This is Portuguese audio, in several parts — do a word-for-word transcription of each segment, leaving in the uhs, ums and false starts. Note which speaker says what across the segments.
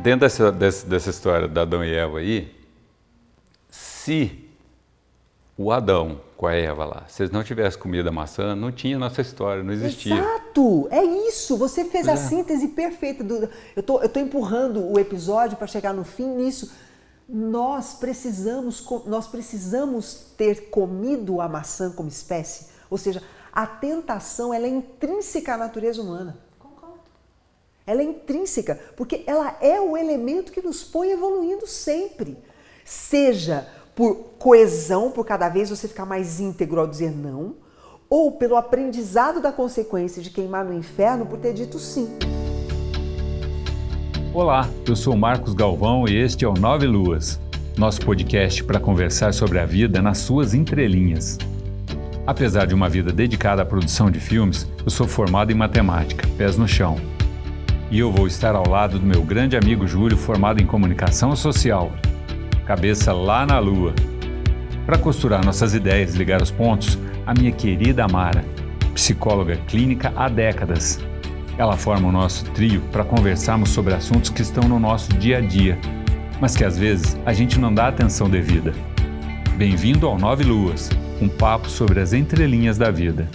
Speaker 1: dentro dessa, dessa, dessa história da Adão e Eva aí, se o Adão com a Eva lá, se eles não tivessem comido a maçã, não tinha nossa história, não existia.
Speaker 2: Exato! É isso! Você fez
Speaker 1: Pois
Speaker 2: a
Speaker 1: é.
Speaker 2: síntese perfeita. Do, eu tô, eu tô empurrando o episódio para chegar no fim nisso. Nós precisamos, nós precisamos ter comido a maçã como espécie. Ou seja, a tentação ela é intrínseca à natureza humana.
Speaker 3: Concordo.
Speaker 2: Ela é intrínseca, porque ela é o elemento que nos põe evoluindo sempre. Seja por coesão, por cada vez você ficar mais íntegro ao dizer não, ou pelo aprendizado da consequência de queimar no inferno por ter dito sim.
Speaker 4: Olá, eu sou Marcos Galvão e este é o Nove Luas, nosso podcast para conversar sobre a vida nas suas entrelinhas. Apesar de uma vida dedicada à produção de filmes, eu sou formado em matemática, pés no chão. E eu vou estar ao lado do meu grande amigo Júlio, formado em comunicação social. Cabeça lá na lua. Para costurar nossas ideias e ligar os pontos, a minha querida Amara, psicóloga clínica há décadas. Ela forma o nosso trio para conversarmos sobre assuntos que estão no nosso dia a dia, mas que às vezes a gente não dá atenção devida. Bem-vindo ao Nove Luas, um papo sobre as entrelinhas da vida.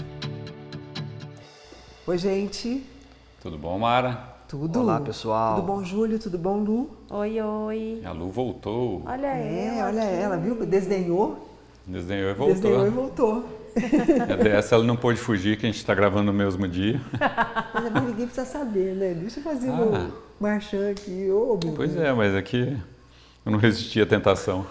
Speaker 2: Oi, gente.
Speaker 1: Tudo bom, Mara?
Speaker 2: Tudo.
Speaker 5: Olá, pessoal.
Speaker 2: Tudo bom, Júlio? Tudo bom, Lu?
Speaker 3: Oi, oi.
Speaker 1: A Lu voltou,
Speaker 3: Olha
Speaker 2: É,
Speaker 3: ela
Speaker 2: olha
Speaker 3: aqui.
Speaker 2: ela, viu? Desdenhou.
Speaker 1: desdenhou e voltou.
Speaker 2: Desdenhou e voltou.
Speaker 1: Essa ela não pôde fugir, que a gente está gravando no mesmo dia.
Speaker 2: Mas é, ninguém precisa saber, né? Deixa eu fazer
Speaker 1: Ah.
Speaker 2: meu marchand aqui. Ô, meu
Speaker 1: Pois
Speaker 2: Deus.
Speaker 1: é, mas aqui eu não resisti à tentação.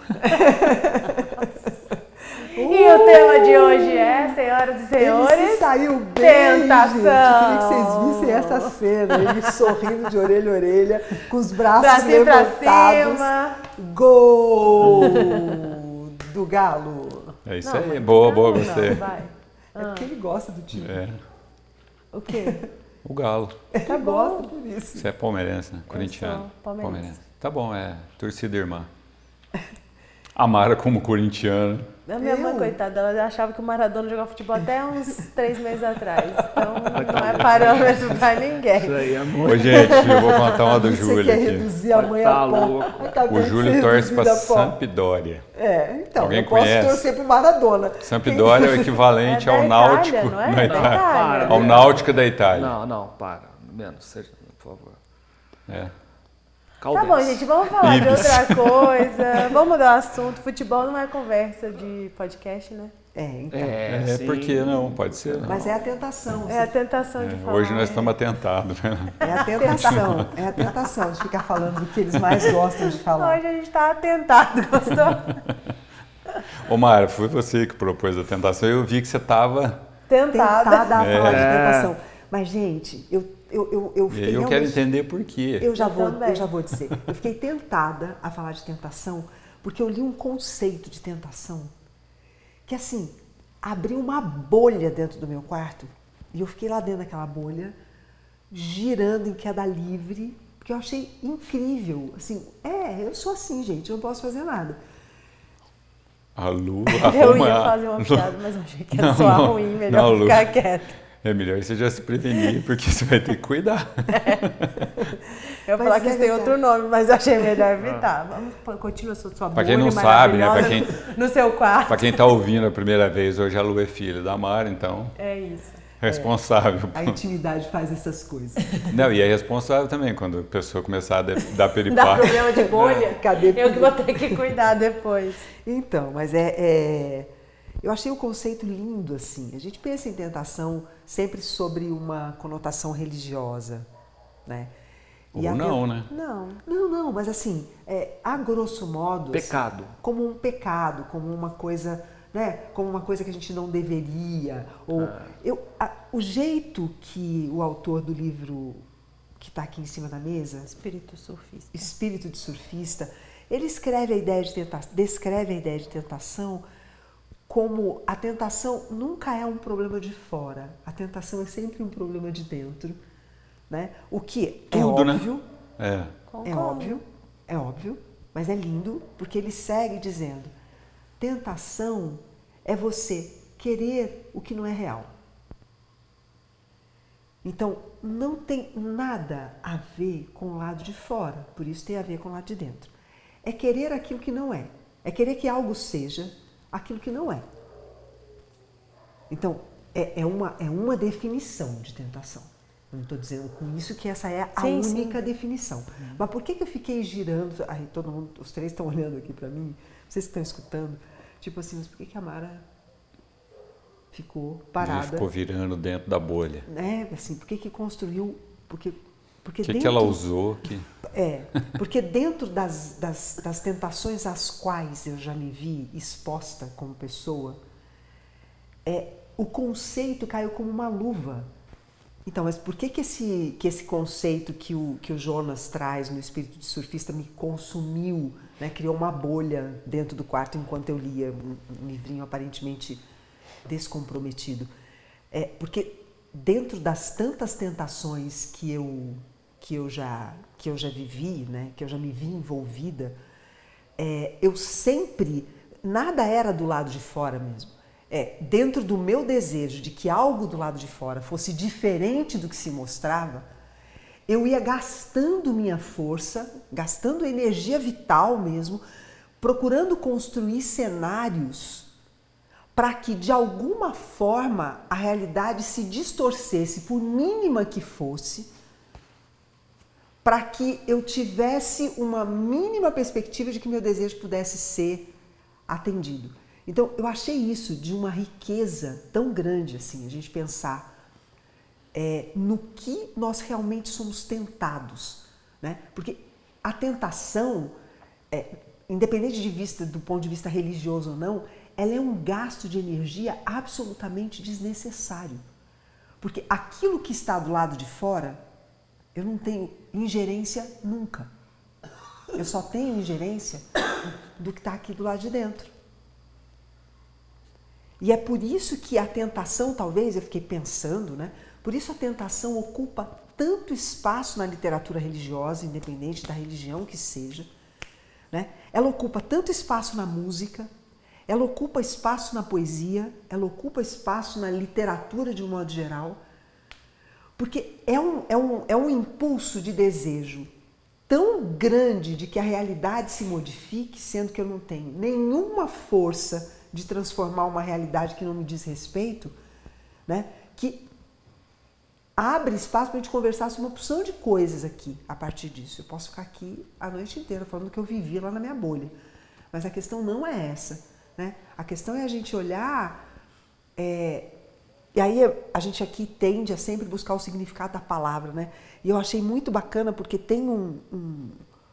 Speaker 3: E o tema de hoje é, senhoras e
Speaker 2: Ele
Speaker 3: senhores,
Speaker 2: se saiu bem,
Speaker 3: tentação.
Speaker 2: gente. Eu queria que vocês vissem essa cena. Ele sorrindo de orelha a orelha, com os braços
Speaker 3: bracinho pra
Speaker 2: levantados.
Speaker 3: cima.
Speaker 2: Gol do Galo.
Speaker 1: É isso
Speaker 3: Não,
Speaker 1: aí,
Speaker 3: mas
Speaker 1: boa,
Speaker 3: não,
Speaker 1: boa,
Speaker 3: não,
Speaker 1: gostei.
Speaker 3: vai.
Speaker 2: É porque ele gosta do time.
Speaker 1: É,
Speaker 3: O quê?
Speaker 1: o Galo.
Speaker 2: Ele
Speaker 3: Tá bom.
Speaker 2: gosta por isso.
Speaker 1: Você é palmeirense, né? Corintiano.
Speaker 3: sou palmeirense.
Speaker 1: Tá bom, é torcida irmã. A Mara como corintiana.
Speaker 3: A minha mãe,
Speaker 2: Eu?
Speaker 3: coitada, ela achava que o Maradona jogava futebol até uns três meses atrás. Então não é parâmetro pra ninguém.
Speaker 5: Isso aí, amor.
Speaker 1: Ô, gente, eu vou contar uma do
Speaker 2: Você
Speaker 1: Júlio
Speaker 2: quer
Speaker 1: aqui.
Speaker 2: reduzir a mãe
Speaker 5: Tá
Speaker 2: a pó.
Speaker 5: louco.
Speaker 2: Acabei
Speaker 1: O
Speaker 2: de
Speaker 1: Júlio
Speaker 2: ser
Speaker 1: torce pra
Speaker 2: reduzida a pó.
Speaker 1: Sampdoria.
Speaker 2: É, então,
Speaker 1: Alguém
Speaker 2: eu posso
Speaker 1: conhece?
Speaker 2: torcer pro Maradona.
Speaker 1: Sampdoria é o equivalente
Speaker 3: É da
Speaker 1: ao
Speaker 3: Itália,
Speaker 1: Náutico
Speaker 3: não é?
Speaker 1: da
Speaker 3: Da
Speaker 1: Itália.
Speaker 3: Itália.
Speaker 1: Ao Náutico da Itália.
Speaker 5: Não, não, para. Menos, seja, por favor.
Speaker 1: É.
Speaker 3: Tá bom, gente, vamos falar de outra coisa. Vamos mudar o assunto. Futebol não é conversa de podcast, né?
Speaker 2: É, então.
Speaker 5: É,
Speaker 1: É,
Speaker 5: sim.
Speaker 1: por que não? Pode ser. Não.
Speaker 2: Mas é a tentação.
Speaker 3: É a tentação de
Speaker 1: É,
Speaker 3: falar.
Speaker 1: hoje nós estamos atentados. Né?
Speaker 2: É a tentação. É a tentação de ficar falando do que eles mais gostam de falar.
Speaker 3: Hoje a gente tá atentado, gostou?
Speaker 1: Ô, Mara, foi você que propôs a tentação. Eu vi que você estava...
Speaker 3: Tentada.
Speaker 2: Tentada a falar de
Speaker 5: É.
Speaker 2: tentação. Mas, gente, eu, eu, eu, eu
Speaker 1: E
Speaker 2: fiquei
Speaker 1: aí eu quero
Speaker 2: realmente-
Speaker 1: entender por quê.
Speaker 2: Eu já,
Speaker 3: Eu
Speaker 2: vou,
Speaker 3: também.
Speaker 2: eu já vou dizer. Eu fiquei tentada a falar de tentação porque eu li um conceito de tentação que, assim, abriu uma bolha dentro do meu quarto e eu fiquei lá dentro daquela bolha, girando em queda livre, porque eu achei incrível. Assim, é, eu sou assim, gente, eu não posso fazer nada.
Speaker 1: A Lu
Speaker 3: Eu
Speaker 1: arruma-
Speaker 3: ia fazer uma piada, mas eu achei que ia
Speaker 1: Não,
Speaker 3: soar
Speaker 1: não.
Speaker 3: ruim, melhor
Speaker 1: Não, Lu.
Speaker 3: ficar quieto.
Speaker 1: É melhor você já se prevenir, porque você vai ter que cuidar.
Speaker 3: Eu ia
Speaker 2: Mas
Speaker 3: falar
Speaker 2: é
Speaker 3: que isso tem
Speaker 2: verdade.
Speaker 3: outro nome, mas eu achei melhor evitar. Vamos, pô, continua a sua, sua
Speaker 1: Pra quem não
Speaker 3: bolha
Speaker 1: sabe, né, pra
Speaker 3: maravilhosa no seu quarto.
Speaker 1: Para quem está ouvindo a primeira vez, hoje a Lu é filha da Mara, então
Speaker 3: É isso.
Speaker 1: responsável.
Speaker 2: A intimidade faz essas coisas.
Speaker 1: Não, e é responsável também quando a pessoa começar a de- dar
Speaker 3: Dá
Speaker 1: peripá.
Speaker 3: problema de bolha?
Speaker 2: Cadê
Speaker 3: Eu que vou ter que cuidar depois.
Speaker 2: Então, mas é, é- eu achei o conceito lindo, assim. A gente pensa em tentação sempre sobre uma conotação religiosa, né?
Speaker 1: Ou
Speaker 2: a
Speaker 1: não,
Speaker 2: ten-
Speaker 1: né?
Speaker 3: Não.
Speaker 2: Não, não, mas assim, é, a grosso modo... assim,
Speaker 5: Pecado.
Speaker 2: como um pecado, como uma coisa, né? Como uma coisa que a gente não deveria. Ou eu, a- o jeito que o autor do livro que está aqui em cima da mesa,
Speaker 3: Espírito surfista.
Speaker 2: Espírito de Surfista, ele escreve a ideia de tenta- descreve a ideia de tentação como a tentação nunca é um problema de fora, a tentação é sempre um problema de dentro, né? O que
Speaker 1: Tudo,
Speaker 2: é
Speaker 1: né?
Speaker 2: óbvio,
Speaker 1: É.
Speaker 2: é
Speaker 3: Concordo.
Speaker 2: óbvio, é óbvio, mas é lindo porque ele segue dizendo: tentação é você querer o que não é real. Então, não tem nada a ver com o lado de fora, por isso tem a ver com o lado de dentro. É querer aquilo que não é. É querer que algo seja aquilo que não é. Então, é, é, uma, é uma definição de tentação. Não estou dizendo com isso que essa é a sim, única sim. definição. Uhum. Mas por que, que eu fiquei girando? Ai, todo mundo, os três estão olhando aqui para mim, vocês estão escutando. Tipo assim, mas por que, que a Mara ficou parada?
Speaker 1: E ficou virando dentro da bolha.
Speaker 2: É, assim, por que, que construiu? Porque, porque
Speaker 1: o que,
Speaker 2: dentro,
Speaker 1: que ela usou? Que...
Speaker 2: É, porque dentro das, das, das tentações às quais eu já me vi exposta como pessoa, é, o conceito caiu como uma luva. Então, mas por que que esse, que esse conceito que o, que o Jonas traz no Espírito de Surfista me consumiu, né? Criou uma bolha dentro do quarto enquanto eu lia um, um livrinho aparentemente descomprometido? É, porque dentro das tantas tentações que eu, que eu, já, que eu já vivi, né? Que eu já me vi envolvida, é, eu sempre, nada era do lado de fora mesmo. É, dentro do meu desejo de que algo do lado de fora fosse diferente do que se mostrava, eu ia gastando minha força, gastando energia vital mesmo, procurando construir cenários para que de alguma forma a realidade se distorcesse, por mínima que fosse, para que eu tivesse uma mínima perspectiva de que meu desejo pudesse ser atendido. Então, eu achei isso de uma riqueza tão grande, assim, a gente pensar é, no que nós realmente somos tentados, né? Porque a tentação, é, independente de vista, do ponto de vista religioso ou não, ela é um gasto de energia absolutamente desnecessário. Porque aquilo que está do lado de fora, eu não tenho ingerência nunca. Eu só tenho ingerência do que está aqui do lado de dentro. E é por isso que a tentação, talvez, eu fiquei pensando, né? Por isso a tentação ocupa tanto espaço na literatura religiosa, independente da religião que seja, né? Ela ocupa tanto espaço na música, ela ocupa espaço na poesia, ela ocupa espaço na literatura de um modo geral, porque é um, é um, é um impulso de desejo tão grande de que a realidade se modifique, sendo que eu não tenho nenhuma força de transformar uma realidade que não me diz respeito, né? Que abre espaço para a gente conversar sobre uma opção de coisas aqui a partir disso. Eu posso ficar aqui a noite inteira falando do que eu vivi lá na minha bolha, mas a questão não é essa, né? A questão é a gente olhar, é, e aí a gente aqui tende a sempre buscar o significado da palavra, né? E eu achei muito bacana porque tem um, um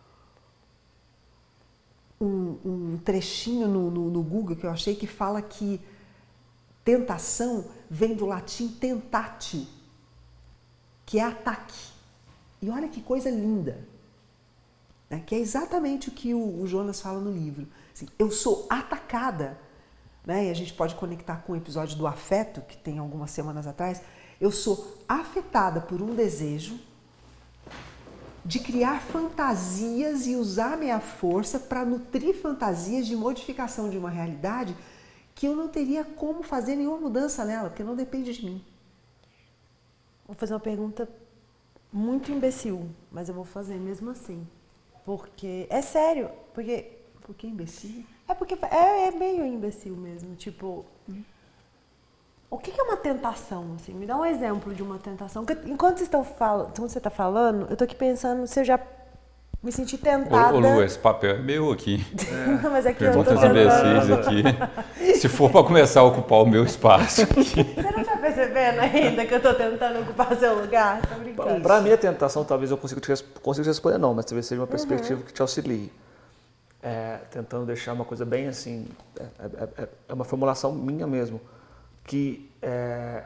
Speaker 2: Um, um trechinho no, no, no Google que eu achei que fala que tentação vem do latim tentatio, que é ataque. E olha que coisa linda, né? Que é exatamente o que o, o Jonas fala no livro. Assim, eu sou atacada, né? E a gente pode conectar com o episódio do afeto, que tem algumas semanas atrás. Eu sou afetada por um desejo de criar fantasias e usar minha força para nutrir fantasias de modificação de uma realidade que eu não teria como fazer nenhuma mudança nela, porque não depende de mim.
Speaker 3: Vou fazer uma pergunta muito imbecil, mas eu vou fazer mesmo assim. Porque, é sério, porque...
Speaker 2: Por que imbecil?
Speaker 3: É porque é, é meio imbecil mesmo, tipo... Hum. O que é uma tentação? Assim? Me dá um exemplo de uma tentação. Enquanto vocês estão falando, enquanto você está falando, eu estou aqui pensando se eu já me senti tentada.
Speaker 1: Ô, ô Lu, esse papel é meu aqui.
Speaker 3: É. Não, mas aqui
Speaker 1: Perguntas
Speaker 3: eu tô
Speaker 1: imbecis aqui. Se for para começar a ocupar o meu espaço.
Speaker 3: Você não está percebendo ainda que eu estou tentando ocupar seu lugar? Tô brincando.
Speaker 5: Para mim, a tentação, talvez eu consiga te, consiga te responder, não, mas talvez seja uma perspectiva uhum. que te auxilie. É, tentando deixar uma coisa bem assim, é, é, é uma formulação minha mesmo. Que é,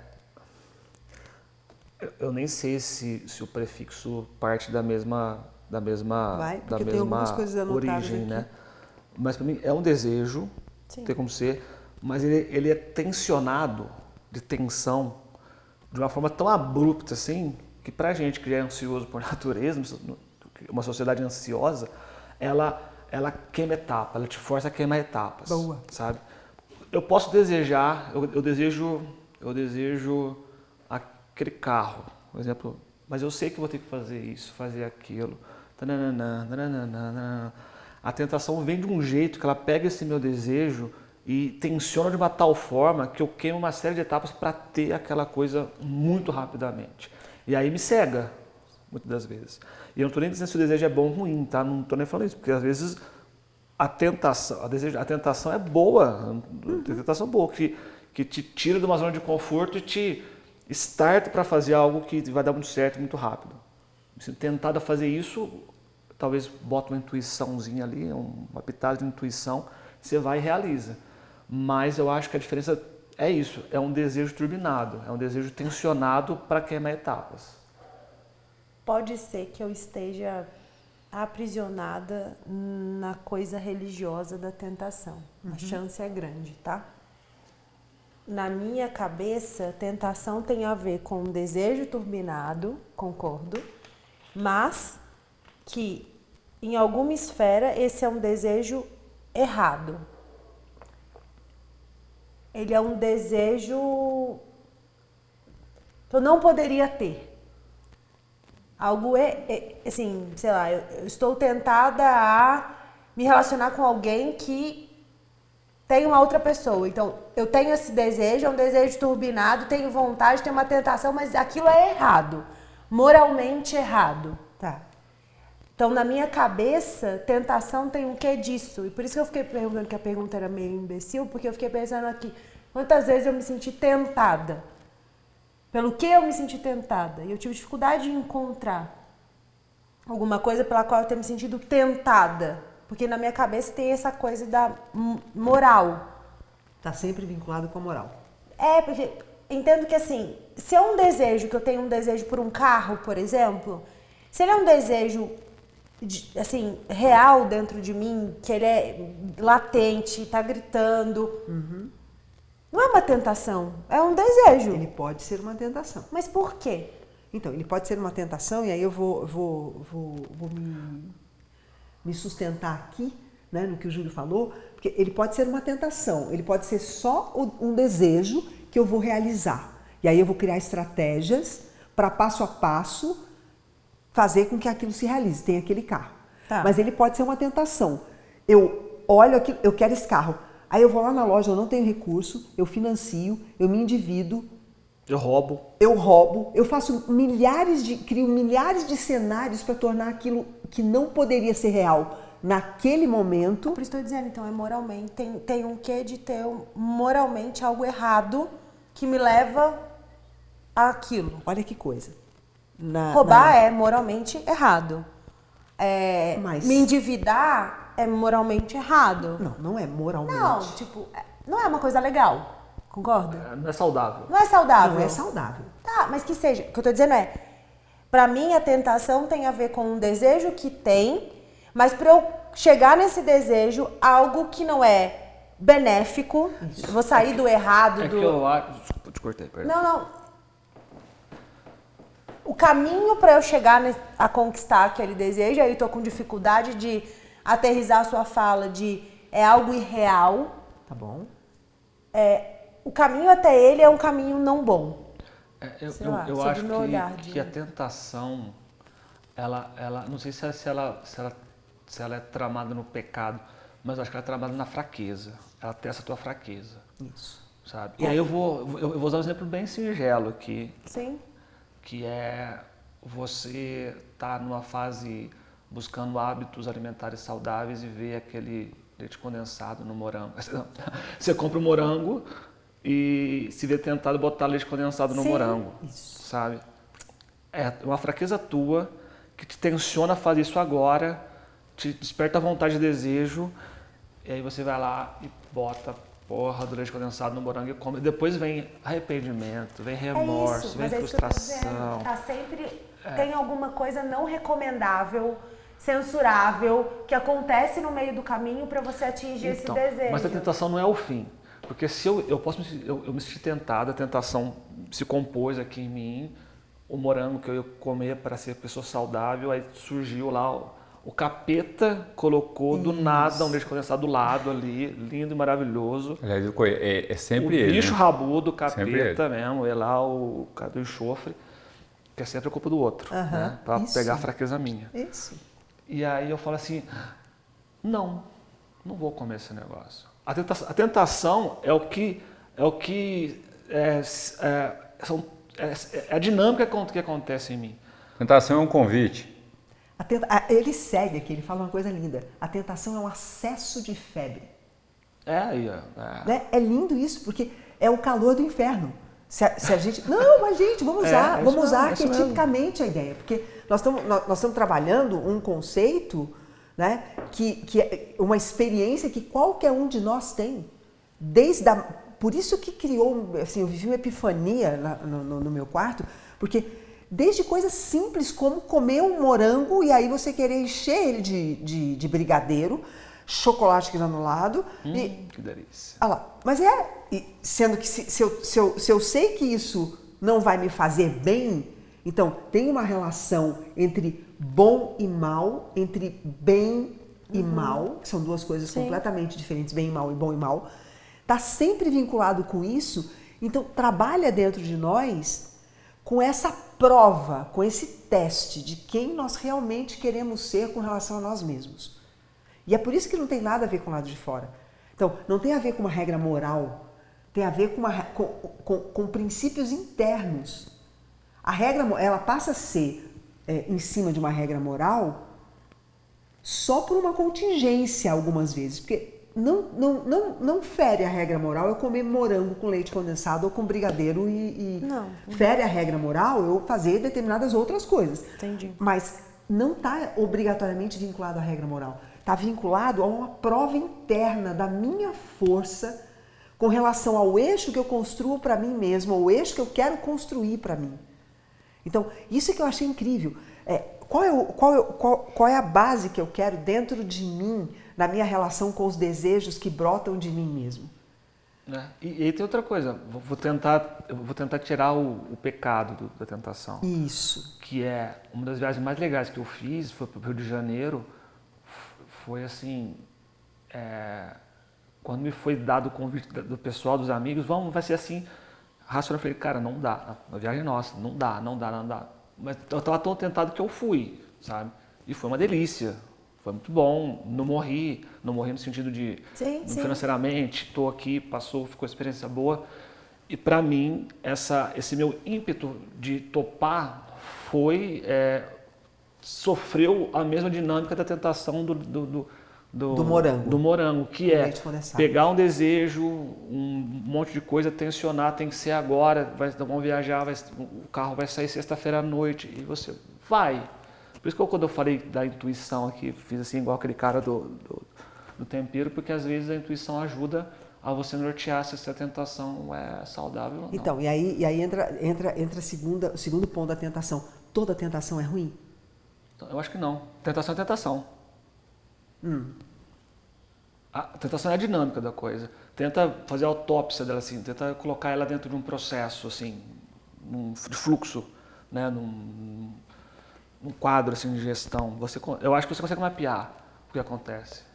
Speaker 5: eu nem sei se, se o prefixo parte da mesma, da mesma,
Speaker 2: Vai,
Speaker 5: da mesma origem, né? Mas para mim é um desejo, Sim. tem como ser, mas ele, ele é tensionado, de tensão, de uma forma tão abrupta assim, que pra gente que já é ansioso por natureza, uma sociedade ansiosa, ela, ela queima etapa, ela te força a queimar etapas,
Speaker 2: Boa.
Speaker 5: Sabe? Eu posso desejar, eu, eu desejo, eu desejo aquele carro, Por exemplo, mas eu sei que vou ter que fazer isso, fazer aquilo. Tananana, tananana. A tentação vem de um jeito que ela pega esse meu desejo e tensiona de uma tal forma que eu queimo uma série de etapas para ter aquela coisa muito rapidamente. E aí me cega, muitas das vezes. E eu não estou nem dizendo se o desejo é bom ou ruim, tá? Não estou nem falando isso, porque às vezes a tentação, a, desejo, a tentação é boa, a tentação boa, que, que te tira de uma zona de conforto e te starta para fazer algo que vai dar muito certo muito rápido. Se tentar fazer isso, talvez bota uma intuiçãozinha ali, uma pitada de intuição, você vai e realiza. Mas eu acho que a diferença é isso, é um desejo turbinado, é um desejo tensionado para queimar etapas.
Speaker 3: Pode ser que eu esteja aprisionada na coisa religiosa da tentação. Uhum. A chance é grande, tá? Na minha cabeça, tentação tem a ver com um desejo turbinado, concordo, mas que em alguma esfera esse é um desejo errado. Ele é um desejo que eu não poderia ter. Algo, é, é, assim, sei lá, eu, eu estou tentada a me relacionar com alguém que tem uma outra pessoa. Então, eu tenho esse desejo, é um desejo turbinado, tenho vontade, tenho uma tentação, mas aquilo é errado. Moralmente errado.
Speaker 2: Tá.
Speaker 3: Então, na minha cabeça, tentação tem um quê disso. E por isso que eu fiquei perguntando que a pergunta era meio imbecil, porque eu fiquei pensando aqui, quantas vezes eu me senti tentada? Pelo que eu me senti tentada? E eu tive dificuldade de encontrar alguma coisa pela qual eu tenha me sentido tentada. Porque na minha cabeça tem essa coisa da moral.
Speaker 2: Tá sempre vinculado com a moral.
Speaker 3: É, porque entendo que assim, se é um desejo, que eu tenho um desejo por um carro, por exemplo, se ele é um desejo de, assim, real dentro de mim, que ele é latente, tá gritando, uhum. Não é uma tentação, é um desejo.
Speaker 2: Ele pode ser uma tentação.
Speaker 3: Mas por quê?
Speaker 2: Então, ele pode ser uma tentação, e aí eu vou, vou, vou, vou me, me sustentar aqui, né, no que o Júlio falou, porque ele pode ser uma tentação, ele pode ser só um desejo que eu vou realizar. E aí eu vou criar estratégias para passo a passo fazer com que aquilo se realize, tem aquele carro. Tá. Mas ele pode ser uma tentação. Eu olho aqui, eu quero esse carro. Aí eu vou lá na loja, eu não tenho recurso, eu financio, eu me endivido.
Speaker 5: Eu roubo.
Speaker 2: Eu roubo, eu faço milhares de, crio milhares de cenários para tornar aquilo que não poderia ser real naquele momento.
Speaker 3: Por isso estou dizendo, então, é moralmente, tem, tem um quê de ter moralmente algo errado que me leva àquilo.
Speaker 2: Olha que coisa. Na,
Speaker 3: Roubar
Speaker 2: na...
Speaker 3: é moralmente errado. É,
Speaker 2: Mas...
Speaker 3: Me endividar é moralmente errado.
Speaker 2: Não, não é moralmente.
Speaker 3: Não, tipo, não é uma coisa legal. Concorda?
Speaker 5: É, não é saudável.
Speaker 3: Não é saudável.
Speaker 2: Não é saudável.
Speaker 3: Tá, mas que seja. O que eu tô dizendo é, pra mim a tentação tem a ver com um desejo que tem, mas pra eu chegar nesse desejo, algo que não é benéfico, eu vou sair do errado.
Speaker 5: É
Speaker 3: do...
Speaker 5: que eu acho... Desculpa, te cortei, perdão.
Speaker 3: Não, não. O caminho pra eu chegar a conquistar aquele desejo, aí eu tô com dificuldade de aterrizar a sua fala de é algo irreal.
Speaker 2: Tá bom.
Speaker 3: É, o caminho até ele é um caminho não bom.
Speaker 5: É, eu
Speaker 3: Sei
Speaker 5: eu,
Speaker 3: lá,
Speaker 5: eu
Speaker 3: sob
Speaker 5: acho
Speaker 3: meu olhar
Speaker 5: que,
Speaker 3: de-
Speaker 5: que a tentação, ela, ela, não sei se ela, se, ela, se, ela, se ela é tramada no pecado, mas eu acho que ela é tramada na fraqueza. Ela testa a tua fraqueza.
Speaker 2: Isso.
Speaker 5: Sabe? E aí eu vou, eu vou usar um exemplo bem singelo aqui,
Speaker 3: Sim.
Speaker 5: que é você tá numa fase buscando hábitos alimentares saudáveis e ver aquele leite condensado no morango. Você compra o morango e se vê tentado botar leite condensado no
Speaker 3: Sim.
Speaker 5: morango,
Speaker 2: Isso.
Speaker 5: sabe? É uma fraqueza tua que te tensiona a fazer isso agora, te desperta vontade e desejo, e aí você vai lá e bota a porra do leite condensado no morango e come. Depois vem arrependimento, vem remorso,
Speaker 3: é isso,
Speaker 5: vem
Speaker 3: mas é isso que eu tô
Speaker 5: frustração.
Speaker 3: dizendo. Tá sempre tem alguma coisa não recomendável, censurável, que acontece no meio do caminho para você atingir
Speaker 5: Então,
Speaker 3: esse desejo.
Speaker 5: mas a tentação não é o fim. Porque se eu, eu posso me, eu, eu me senti tentado, a tentação se compôs aqui em mim, o morango que eu ia comer para ser pessoa saudável, aí surgiu lá, o, o capeta colocou do nada um leite condensado do lado ali, lindo e maravilhoso.
Speaker 1: Aliás, é, é sempre
Speaker 5: o
Speaker 1: ele.
Speaker 5: bicho
Speaker 1: né?
Speaker 5: rabudo, o
Speaker 1: Sempre
Speaker 5: capeta mesmo, é lá o cara do enxofre. que é sempre a culpa do outro,
Speaker 2: Uhum,
Speaker 5: né? Para
Speaker 2: isso.
Speaker 5: pegar a fraqueza minha.
Speaker 2: Isso.
Speaker 5: E aí eu falo assim, não, não vou comer esse negócio. A tentação, a tentação é o que é o que é, é, são, é, é a dinâmica que acontece em mim.
Speaker 1: Tentação é um convite.
Speaker 2: A tenta... Ele segue aqui, ele fala uma coisa linda. A tentação é um acesso de febre.
Speaker 5: É, é,
Speaker 2: é. Né? É lindo isso, porque é o calor do inferno. Se a, se a gente... Não, mas gente, vamos usar, é, vamos usar mesmo, arquetipicamente a ideia. Porque nós estamos nós, nós estamos trabalhando um conceito, né, que, que é uma experiência que qualquer um de nós tem. Desde a, por isso que criou, assim, eu vivi uma epifania na, no, no, no meu quarto, porque desde coisas simples como comer um morango e aí você querer encher ele de, de, de brigadeiro, chocolate granulado.
Speaker 5: Hum,
Speaker 2: e,
Speaker 5: que delícia.
Speaker 2: Ah lá, mas é, sendo que se, se, eu, se, eu, se eu sei que isso não vai me fazer bem, então tem uma relação entre bom e mal, entre bem e uhum. mal, que são duas coisas Sim. completamente diferentes, bem e mal e bom e mal, está sempre vinculado com isso, então trabalha dentro de nós com essa prova, com esse teste de quem nós realmente queremos ser com relação a nós mesmos. E é por isso que não tem nada a ver com o lado de fora. Então, não tem a ver com uma regra moral, tem a ver com, uma, com, com, com princípios internos. A regra, ela passa a ser é, em cima de uma regra moral só por uma contingência algumas vezes, porque não, não, não, não fere a regra moral eu comer morango com leite condensado ou com brigadeiro e, e
Speaker 3: não.
Speaker 2: fere a regra moral eu fazer determinadas outras coisas.
Speaker 3: Entendi.
Speaker 2: Mas não está obrigatoriamente vinculado à regra moral. Está vinculado a uma prova interna da minha força com relação ao eixo que eu construo para mim mesmo, ao eixo que eu quero construir para mim. Então, isso é que eu achei incrível. É, qual, é o, qual, é, qual, qual é a base que eu quero dentro de mim, na minha relação com os desejos que brotam de mim mesmo?
Speaker 5: É, e, e aí tem outra coisa, vou tentar, eu vou tentar tirar o, o pecado do, da tentação.
Speaker 2: Isso.
Speaker 5: Que é uma das viagens mais legais que eu fiz, foi para o Rio de Janeiro. Foi assim, é, quando me foi dado o convite do pessoal, dos amigos, vamos, vai ser assim, racional, eu falei, cara, não dá, a viagem é nossa, não dá, não dá, não dá. Mas eu estava tão tentado que eu fui, sabe? E foi uma delícia, foi muito bom, não morri, não morri no sentido de,
Speaker 3: sim, sim.
Speaker 5: financeiramente, estou aqui, passou, ficou uma experiência boa. E para mim, essa, esse meu ímpeto de topar foi... É, sofreu a mesma dinâmica da tentação do, do, do, do,
Speaker 2: do morango,
Speaker 5: do morango que é pegar um desejo, um monte de coisa, tensionar, tem que ser agora, vai, vamos viajar, vai, o carro vai sair sexta-feira à noite e você vai. Por isso que eu, quando eu falei da intuição aqui, fiz assim igual aquele cara do, do, do tempero, porque às vezes a intuição ajuda a você nortear se essa tentação é saudável ou não.
Speaker 2: Então, e aí, e aí entra, entra, entra a segunda, o segundo ponto da tentação. Toda tentação é ruim?
Speaker 5: Eu acho que não. Tentação é tentação.
Speaker 2: Hum.
Speaker 5: A tentação é a dinâmica da coisa. Tenta fazer a autópsia dela, assim, tenta colocar ela dentro de um processo, assim, num, de fluxo, né, num, num quadro assim, de gestão. Você, eu acho que você consegue mapear o que acontece.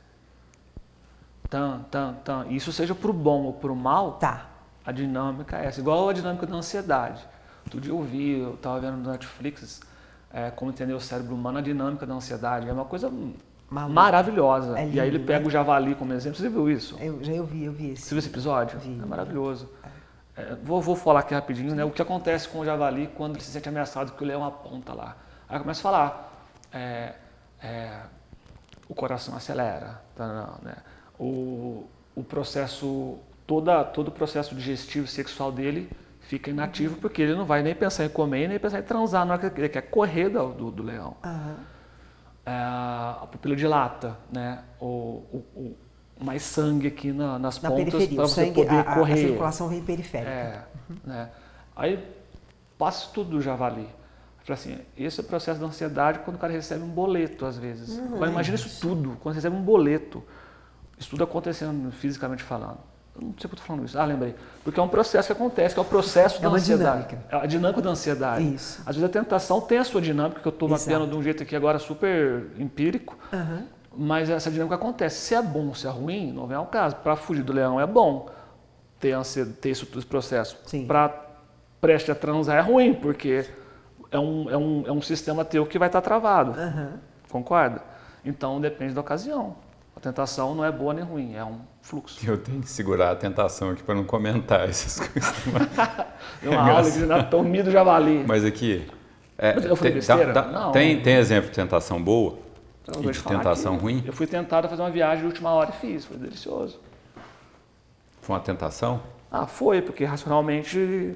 Speaker 5: Tan, tan, tan. Isso seja para o bom ou para o mal,
Speaker 2: tá.
Speaker 5: A dinâmica é essa. Igual a dinâmica da ansiedade. Outro dia eu vi, eu estava vendo no Netflix, É, como entender o cérebro humano, a dinâmica da ansiedade. É uma coisa Maluco. maravilhosa. É lindo, e aí ele pega, né, o javali como exemplo. Você viu isso?
Speaker 2: Eu, já eu vi, eu vi esse.
Speaker 5: Você viu esse episódio?
Speaker 2: Vi.
Speaker 5: É maravilhoso. É. É, vou, vou falar aqui rapidinho, né? O que acontece com o javali quando ele se sente ameaçado que o leão aponta lá. Aí começa a falar. É, é, o coração acelera. Tá, né? o, o processo, toda, todo o processo digestivo e sexual dele fica inativo, uhum, porque ele não vai nem pensar em comer, nem pensar em transar, não é que ele quer correr do, do, do leão.
Speaker 2: Uhum.
Speaker 5: É, a pupila dilata, né? o, o, o, mais sangue aqui na, nas
Speaker 2: na
Speaker 5: pontas para você
Speaker 2: sangue,
Speaker 5: poder
Speaker 2: a,
Speaker 5: correr.
Speaker 2: A circulação vem periférica.
Speaker 5: É, uhum, né? Aí passa tudo do javali. Eu falei assim, esse é o processo da ansiedade quando o cara recebe um boleto, às vezes.
Speaker 2: Uhum,
Speaker 5: Agora imagina isso. isso tudo, quando você recebe um boleto, isso tudo acontecendo fisicamente falando. Eu não sei por que eu estou falando isso. Ah, lembrei. Porque é um processo que acontece, que é o processo é da ansiedade. Dinâmica. É a dinâmica da ansiedade.
Speaker 2: Isso.
Speaker 5: Às vezes a tentação tem a sua dinâmica, que eu estou mapeando de um jeito aqui agora super empírico,
Speaker 2: uhum,
Speaker 5: mas essa dinâmica acontece. Se é bom, se é ruim, não é um caso. Para fugir do leão é bom ter, ansiedade, ter esse, esse processo. Para prestes a transar é ruim, porque é um, é um, é um sistema teu que vai estar travado.
Speaker 2: Uhum.
Speaker 5: Concorda? Então depende da ocasião. A tentação não é boa nem ruim, é um fluxo.
Speaker 1: Eu tenho que segurar a tentação aqui para não comentar essas coisas.
Speaker 5: Deu uma aula de anatomia do javali.
Speaker 1: Mas aqui... É,
Speaker 5: Mas eu falei
Speaker 1: tem,
Speaker 5: besteira?
Speaker 1: tá, tá,
Speaker 5: Não.
Speaker 1: Tem, tem exemplo de tentação boa
Speaker 5: Eu
Speaker 1: e
Speaker 5: vou
Speaker 1: de
Speaker 5: te falar
Speaker 1: tentação
Speaker 5: que
Speaker 1: ruim?
Speaker 5: Eu fui tentado a fazer uma viagem de última hora e fiz, foi delicioso.
Speaker 1: Foi uma tentação?
Speaker 5: Ah, foi, porque racionalmente...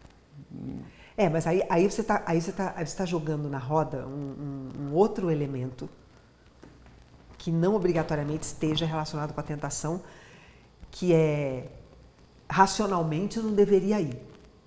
Speaker 2: É, mas aí, aí você está aí você tá, aí você tá jogando na roda um, um, um outro elemento que não obrigatoriamente esteja relacionado com a tentação, que é racionalmente eu não deveria ir.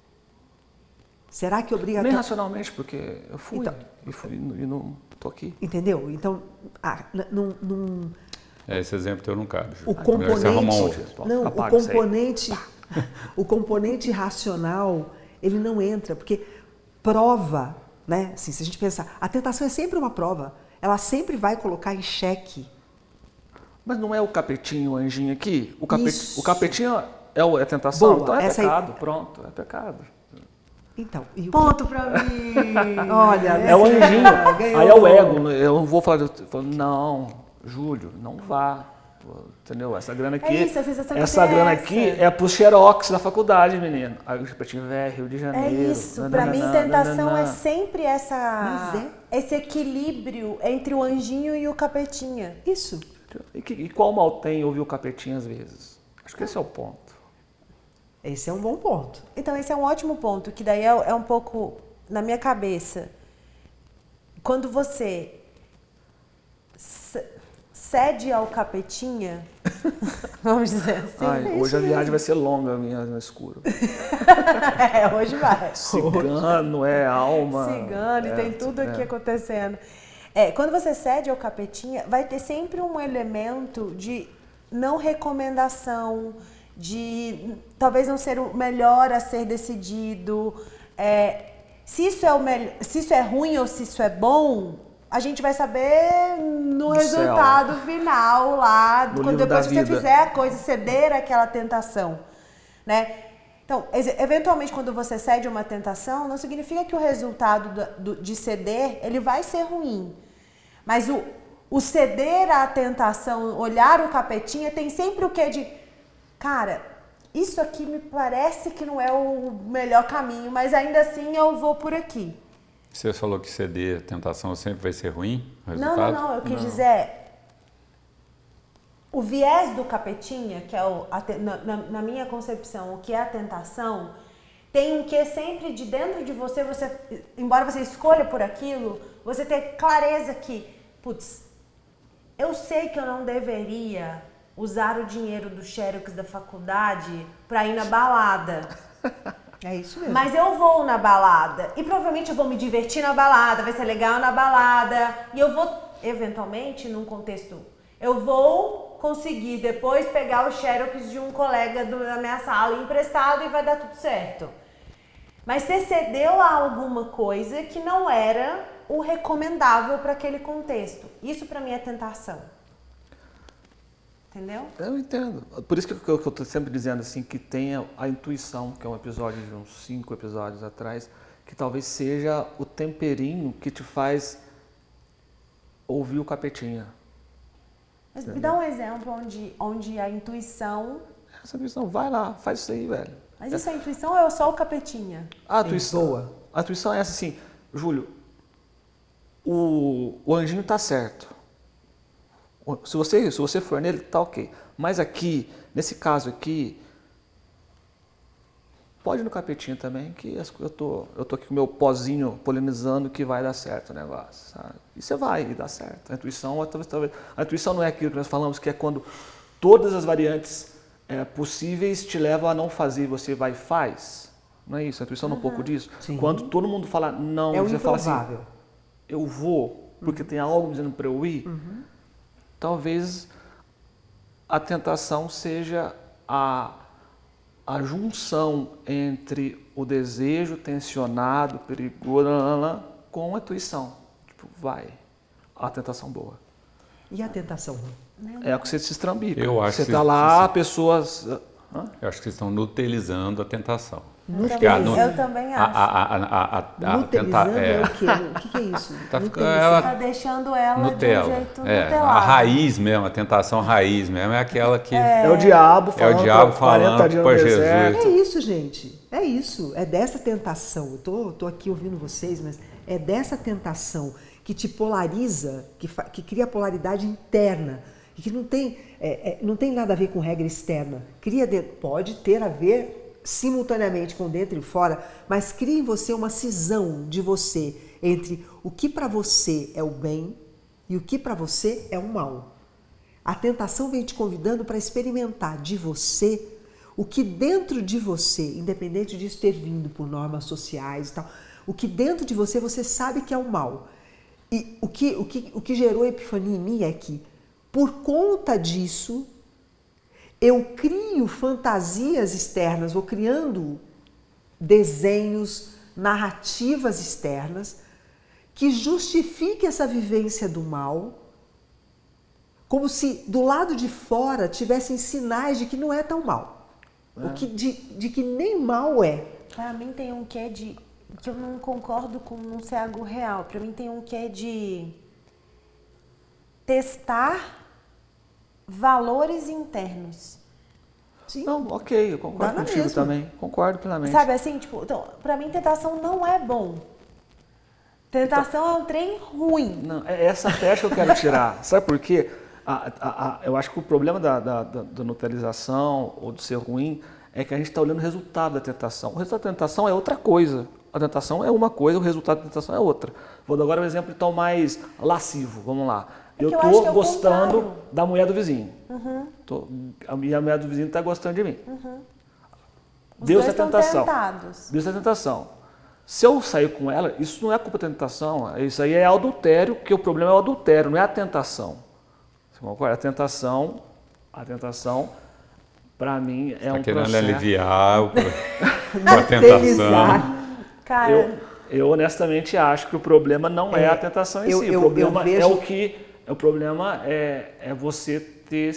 Speaker 2: Será que
Speaker 5: Nem
Speaker 2: obrigatoriamente...
Speaker 5: racionalmente, porque eu fui
Speaker 2: Então,
Speaker 5: e, fui, e não tô aqui.
Speaker 2: Entendeu? Então, ah, num, num,
Speaker 1: É, esse exemplo teu não cabe. Ju.
Speaker 2: o
Speaker 1: É melhor você arrumar um
Speaker 2: componente,
Speaker 1: outro.
Speaker 2: não, o
Speaker 5: Apaga isso aí.
Speaker 2: componente, o componente racional, ele não entra, porque prova, né? Assim, se a gente pensar, a tentação é sempre uma prova, ela sempre vai colocar em xeque.
Speaker 5: Mas não é o capetinho, o anjinho aqui? O, capet,
Speaker 2: Isso.
Speaker 5: o capetinho é, o, é tentação?
Speaker 2: Boa,
Speaker 5: Então é
Speaker 2: essa aí-
Speaker 5: pecado, pronto, é pecado.
Speaker 2: Então, e o
Speaker 3: Ponto pra mim.
Speaker 2: Olha,
Speaker 5: É o anjinho,
Speaker 2: ganhou.
Speaker 5: aí é o ego. Eu não vou falar, eu falo, não, Júlio, não vá. Entendeu? Essa grana aqui,
Speaker 3: É isso, a sensação que
Speaker 5: essa
Speaker 3: tem é
Speaker 5: grana
Speaker 3: essa.
Speaker 5: aqui é pro xerox da faculdade, menino. Aí o capetinho, velho, Rio de
Speaker 3: É
Speaker 5: Janeiro.
Speaker 3: isso, pra mim
Speaker 5: nananã,
Speaker 3: tentação
Speaker 5: nananã.
Speaker 3: é sempre essa,
Speaker 2: Mas
Speaker 3: esse equilíbrio entre o anjinho e o capetinha.
Speaker 2: isso.
Speaker 5: E, que- e qual mal tem ouvir o capetinho às vezes? Acho que esse é o ponto.
Speaker 2: Esse é um bom ponto.
Speaker 3: Então esse é um ótimo ponto, que daí é, é um pouco na minha cabeça. Quando você c- cede ao capetinha, vamos dizer assim.
Speaker 5: Ai,
Speaker 3: é
Speaker 5: hoje
Speaker 3: isso
Speaker 5: a viagem
Speaker 3: mesmo.
Speaker 5: vai ser longa minha, no escuro.
Speaker 3: É, hoje vai.
Speaker 5: Cigano, é alma.
Speaker 3: Cigano,
Speaker 5: é,
Speaker 3: e tem tudo aqui
Speaker 5: é.
Speaker 3: acontecendo. É, quando você cede ao capetinha, vai ter sempre um elemento de não recomendação, de talvez não ser o melhor a ser decidido. É, se, isso é o mel- se isso é ruim ou se isso é bom, a gente vai saber no
Speaker 5: Do
Speaker 3: resultado final lá,
Speaker 5: No
Speaker 3: quando
Speaker 5: livro
Speaker 3: depois
Speaker 5: da
Speaker 3: que você
Speaker 5: vida.
Speaker 3: fizer a coisa, ceder àquela tentação, né? Então, ex- eventualmente, quando você cede uma tentação, não significa que o resultado do- do- de ceder, ele vai ser ruim. Mas o, o ceder à tentação, olhar o capetinha, tem sempre o quê de... Cara, isso aqui me parece que não é o melhor caminho, mas ainda assim eu vou por aqui.
Speaker 1: Você falou que ceder a tentação sempre vai ser ruim? O
Speaker 3: Não,
Speaker 1: resultado?
Speaker 3: não, não. Eu quis dizer... O viés do capetinha, que é o, a te- na, na- na minha concepção, o que é a tentação, tem um que sempre de dentro de você, você, embora você escolha por aquilo, você ter clareza que, putz, eu sei que eu não deveria usar o dinheiro do xerox da faculdade para ir na balada.
Speaker 2: É isso mesmo.
Speaker 3: Mas eu vou na balada e provavelmente eu vou me divertir na balada, vai ser legal na balada e eu vou, eventualmente, num contexto, eu vou conseguir depois pegar o xerox de um colega do, da minha sala emprestado e vai dar tudo certo. Mas você cedeu a alguma coisa que não era o recomendável para aquele contexto. Isso para mim é tentação. Entendeu?
Speaker 5: Eu entendo. Por isso que eu estou sempre dizendo assim que tenha a intuição, que é um episódio de uns cinco episódios atrás, que talvez seja o temperinho que te faz ouvir o capetinha.
Speaker 3: Mas me dá um exemplo onde, onde a intuição...
Speaker 5: Essa intuição, vai lá, faz isso aí, velho.
Speaker 3: Mas isso é intuição ou é só o capetinha?
Speaker 5: A intuição,
Speaker 2: boa.
Speaker 5: a intuição é essa assim, Júlio, o, o anjinho tá certo. O- Se você, se você for nele, tá ok. Mas aqui, nesse caso aqui, pode ir no capetinho também, que as- eu tô, eu tô aqui com o meu pozinho polinizando que vai dar certo o negócio, sabe? E você vai e dá certo. A intuição, é talvez, talvez, a intuição não é aquilo que nós falamos, que é quando todas as variantes é, possíveis te levam a não fazer, você vai e faz. Não é isso? A intuição não é um pouco disso?
Speaker 2: Sim.
Speaker 5: Quando todo mundo fala não,
Speaker 2: É o
Speaker 5: você fala assim,
Speaker 2: improvável.
Speaker 5: eu vou, porque tem algo me dizendo para eu ir, talvez a tentação seja a, a junção entre o desejo tensionado, perigoso, com a intuição. Tipo, vai, a tentação boa.
Speaker 2: E a tentação ruim?
Speaker 5: É o que você se estrambica.
Speaker 1: Eu acho
Speaker 5: você
Speaker 1: que
Speaker 5: está
Speaker 1: sim,
Speaker 5: lá,
Speaker 1: sim.
Speaker 5: pessoas... Hã?
Speaker 1: Eu acho que vocês estão nutelizando a tentação.
Speaker 3: Nutelizando, eu também acho.
Speaker 1: A, a, a, a, a,
Speaker 2: Nutelizando
Speaker 1: tentar,
Speaker 2: é,
Speaker 1: é,
Speaker 2: o quê? O que, que é isso?
Speaker 1: Tá,
Speaker 2: Nutelizando.
Speaker 3: Tá deixando ela
Speaker 1: Nutella.
Speaker 3: de um jeito
Speaker 1: É,
Speaker 3: nutelado.
Speaker 1: a raiz mesmo, a tentação raiz mesmo, é aquela que...
Speaker 5: É, é o diabo falando,
Speaker 1: é o diabo
Speaker 5: quarenta dias no
Speaker 1: para
Speaker 5: deserto.
Speaker 1: Jesus.
Speaker 2: É isso, gente. É isso. É dessa tentação. Eu tô, tô aqui ouvindo vocês, mas é dessa tentação que te polariza, que, fa, que cria polaridade interna. E que não tem, é, é, não tem nada a ver com regra externa. Cria de, pode ter a ver simultaneamente com dentro e fora, mas cria em você uma cisão de você entre o que para você é o bem e o que para você é o mal. A tentação vem te convidando para experimentar de você o que dentro de você, independente disso ter vindo por normas sociais e tal, o que dentro de você você sabe que é o mal. E o que, o que, o que gerou a epifania em mim é que, por conta disso, eu crio fantasias externas, vou criando desenhos, narrativas externas que justifiquem essa vivência do mal, como se do lado de fora tivessem sinais de que não é tão mal, é. o que, de, de que nem mal é.
Speaker 3: Para mim tem um quê de... que eu não concordo com não ser algo real. Para mim tem um quê de testar valores internos.
Speaker 5: Sim. Não, ok, eu concordo
Speaker 2: Dá
Speaker 5: contigo
Speaker 2: mesmo.
Speaker 5: também. Concordo plenamente.
Speaker 3: Sabe assim, tipo, então, pra mim tentação não é bom. Tentação então, é um trem ruim.
Speaker 5: Não, é essa pecha que eu quero tirar. Sabe por quê? A, a, a, eu acho que o problema da, da, da, da neutralização ou de ser ruim é que a gente está olhando o resultado da tentação. O resultado da tentação é outra coisa. A tentação é uma coisa, o resultado da tentação é outra. Vou dar agora um exemplo então mais lascivo. Vamos lá.
Speaker 3: É
Speaker 5: eu
Speaker 3: eu
Speaker 5: tô
Speaker 3: é
Speaker 5: gostando
Speaker 3: contrário.
Speaker 5: da mulher do vizinho.
Speaker 3: Uhum.
Speaker 5: Tô, a minha mulher do vizinho está gostando de mim.
Speaker 3: Uhum.
Speaker 5: Deus é tentação.
Speaker 3: Tentados.
Speaker 5: Deus é tentação. Se eu sair com ela, isso não é culpa da tentação. Isso aí é adultério, que o problema é o adultério, não é a tentação. Você concorda? A tentação, a tentação, para mim, é
Speaker 1: tá
Speaker 5: um
Speaker 1: querendo
Speaker 5: processo...
Speaker 1: aliviar o, a tentação.
Speaker 3: Cara,
Speaker 5: eu, eu honestamente acho que o problema não é, é a tentação em
Speaker 2: eu,
Speaker 5: si.
Speaker 2: Eu,
Speaker 5: o problema
Speaker 2: vejo...
Speaker 5: é o que... O problema é, é você ter...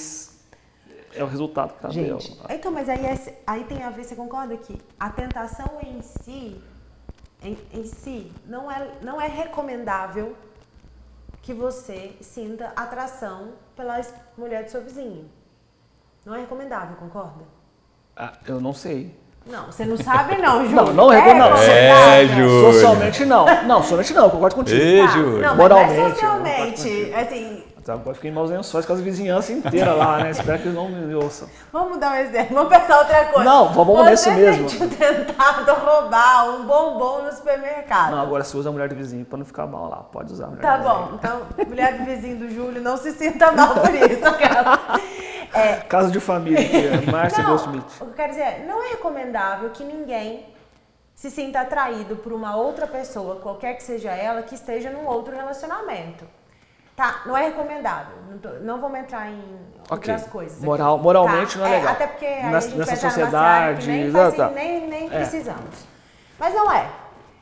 Speaker 5: É o resultado que tá dando.
Speaker 3: Gente, então, mas aí, é, aí tem a ver, você concorda que a tentação em si, em, em si, não é, não é recomendável que você sinta atração pela mulher do seu vizinho. Não é recomendável, concorda?
Speaker 5: Ah, eu não sei.
Speaker 3: Não, você não sabe não, Júlio.
Speaker 5: Não, não é recomendável.
Speaker 1: É, Júlio.
Speaker 5: Socialmente não. Não, socialmente não, eu concordo contigo.
Speaker 1: Ei,
Speaker 3: Tá,
Speaker 1: Júlio.
Speaker 3: não,
Speaker 5: Moralmente,
Speaker 3: mas socialmente, assim...
Speaker 5: Agora fiquei em maus lençóis com as vizinhanças inteiras lá, né? Espero que eles não me ouçam.
Speaker 3: Vamos dar um exemplo, vamos pensar outra coisa.
Speaker 5: Não, vamos
Speaker 3: Você
Speaker 5: nesse mesmo.
Speaker 3: Você tentado roubar um bombom no supermercado.
Speaker 5: Não, agora se usa a mulher do vizinho pra não ficar mal lá. Pode usar a mulher
Speaker 3: Tá
Speaker 5: do
Speaker 3: bom,
Speaker 5: vizinho.
Speaker 3: então, mulher do vizinho do Júlio, não se sinta mal por isso, cara. É,
Speaker 5: Caso de família, que é Márcia
Speaker 3: não,
Speaker 5: Goldsmith.
Speaker 3: o que eu quero dizer é, não é recomendável que ninguém se sinta atraído por uma outra pessoa, qualquer que seja ela, que esteja num outro relacionamento. Tá, não é recomendável. Não, tô, não vamos entrar em outras
Speaker 5: okay.
Speaker 3: coisas.
Speaker 5: Moral, moralmente
Speaker 3: tá?
Speaker 5: não é legal.
Speaker 3: Até porque aí
Speaker 5: nessa,
Speaker 3: a gente
Speaker 5: nessa
Speaker 3: pensa
Speaker 5: sociedade,
Speaker 3: numa nem,
Speaker 5: tá,
Speaker 3: assim,
Speaker 5: tá.
Speaker 3: nem, nem
Speaker 5: é.
Speaker 3: precisamos. Mas não é.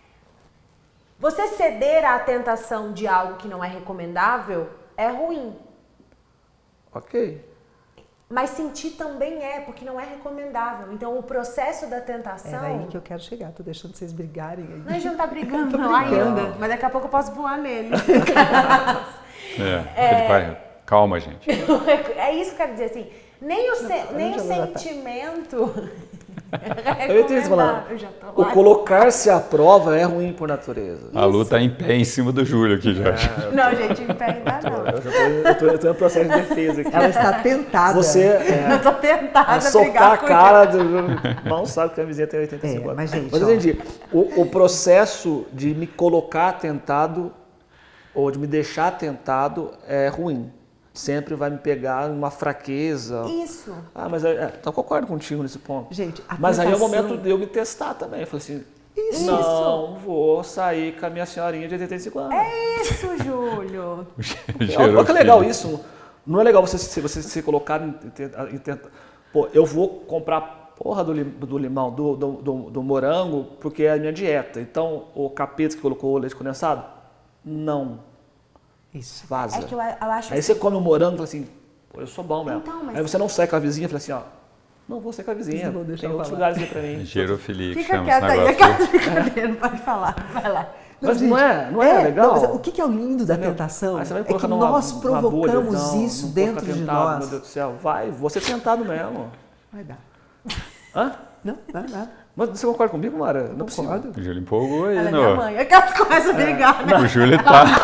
Speaker 3: Você ceder à tentação de algo que não é recomendável é ruim.
Speaker 5: Ok.
Speaker 3: Mas sentir também é, porque não é recomendável. Então, o processo da tentação...
Speaker 2: É daí que eu quero chegar, tô deixando vocês brigarem aí.
Speaker 3: Não, a gente não tá brigando não,
Speaker 2: brigando.
Speaker 3: ainda, mas daqui a pouco eu posso voar nele.
Speaker 1: É, ele vai. Calma, gente.
Speaker 3: É isso que eu quero dizer, assim, nem o, se, nem o sentimento... É
Speaker 5: Eu entendo falando. O colocar-se à prova é ruim por natureza.
Speaker 1: A Lu tá em pé em cima do Júlio aqui já.
Speaker 5: É,
Speaker 3: não, gente, em pé ainda não.
Speaker 5: Eu já tô, eu tô, eu tô em processo de defesa aqui.
Speaker 2: Ela está tentada.
Speaker 5: Você é,
Speaker 3: eu tô tentada
Speaker 5: a
Speaker 3: a
Speaker 5: socar
Speaker 3: brigar
Speaker 5: a
Speaker 3: com
Speaker 5: cara do... Mal sabe que a vizinha tem oitenta e cinco
Speaker 2: É,
Speaker 5: anos.
Speaker 2: mas, gente,
Speaker 5: mas eu
Speaker 2: ó.
Speaker 5: entendi. O, o processo de me colocar tentado ou de me deixar tentado é ruim. Sempre vai me pegar uma fraqueza.
Speaker 3: Isso.
Speaker 5: Ah, mas é, então eu concordo contigo nesse ponto.
Speaker 2: Gente, a
Speaker 5: mas aí é o
Speaker 2: tentação-
Speaker 5: momento de eu me testar também. Eu falei assim,
Speaker 2: Isso.
Speaker 5: não vou sair com a minha senhorinha de oitenta e cinco anos.
Speaker 3: É isso, Júlio.
Speaker 1: Gerou
Speaker 5: Olha que legal
Speaker 1: filho.
Speaker 5: isso. Não é legal você se, você se colocar em, em, em tenta- pô, eu vou comprar porra do, lim- do limão, do, do, do, do morango, porque é a minha dieta. Então, o capeta que colocou o leite condensado, não.
Speaker 2: Isso.
Speaker 5: Vaza.
Speaker 3: É que eu, eu acho
Speaker 5: Aí você come o morango e fala assim, pô, eu sou bom mesmo.
Speaker 3: Então, mas-
Speaker 5: Aí você não sai com a vizinha e fala assim, ó, Não, vou ser com a vizinha.
Speaker 2: Não vou deixar
Speaker 5: Tem
Speaker 2: eu
Speaker 5: outros
Speaker 2: falar.
Speaker 5: lugares aqui pra mim.
Speaker 1: Gerofilia, que
Speaker 3: Fica
Speaker 1: chama esse
Speaker 3: quieta aí,
Speaker 1: negócio.
Speaker 3: aquela brincadeira, não pode falar. Vai lá.
Speaker 5: Mas
Speaker 2: gente,
Speaker 5: não é, não é, legal?
Speaker 2: não, mas o que que é o lindo da
Speaker 5: Entendeu?
Speaker 2: tentação
Speaker 5: Aí você vai
Speaker 2: é que
Speaker 5: colocar numa-
Speaker 2: nós
Speaker 5: numa
Speaker 2: provocamos
Speaker 5: bolha, não,
Speaker 2: isso
Speaker 5: não vou
Speaker 2: dentro
Speaker 5: ficar
Speaker 2: de
Speaker 5: tentado,
Speaker 2: nós.
Speaker 5: Meu Deus do céu, vai, vou ser tentado mesmo.
Speaker 2: Vai dar.
Speaker 5: Hã?
Speaker 2: Não, nada, nada.
Speaker 5: Mas você concorda comigo, Mara? Não é possível.
Speaker 2: Concordo.
Speaker 1: O Júlio empolgou aí,
Speaker 3: Ela é minha
Speaker 1: não.
Speaker 3: mãe. É que ela começa a brigar, né?
Speaker 1: O Júlio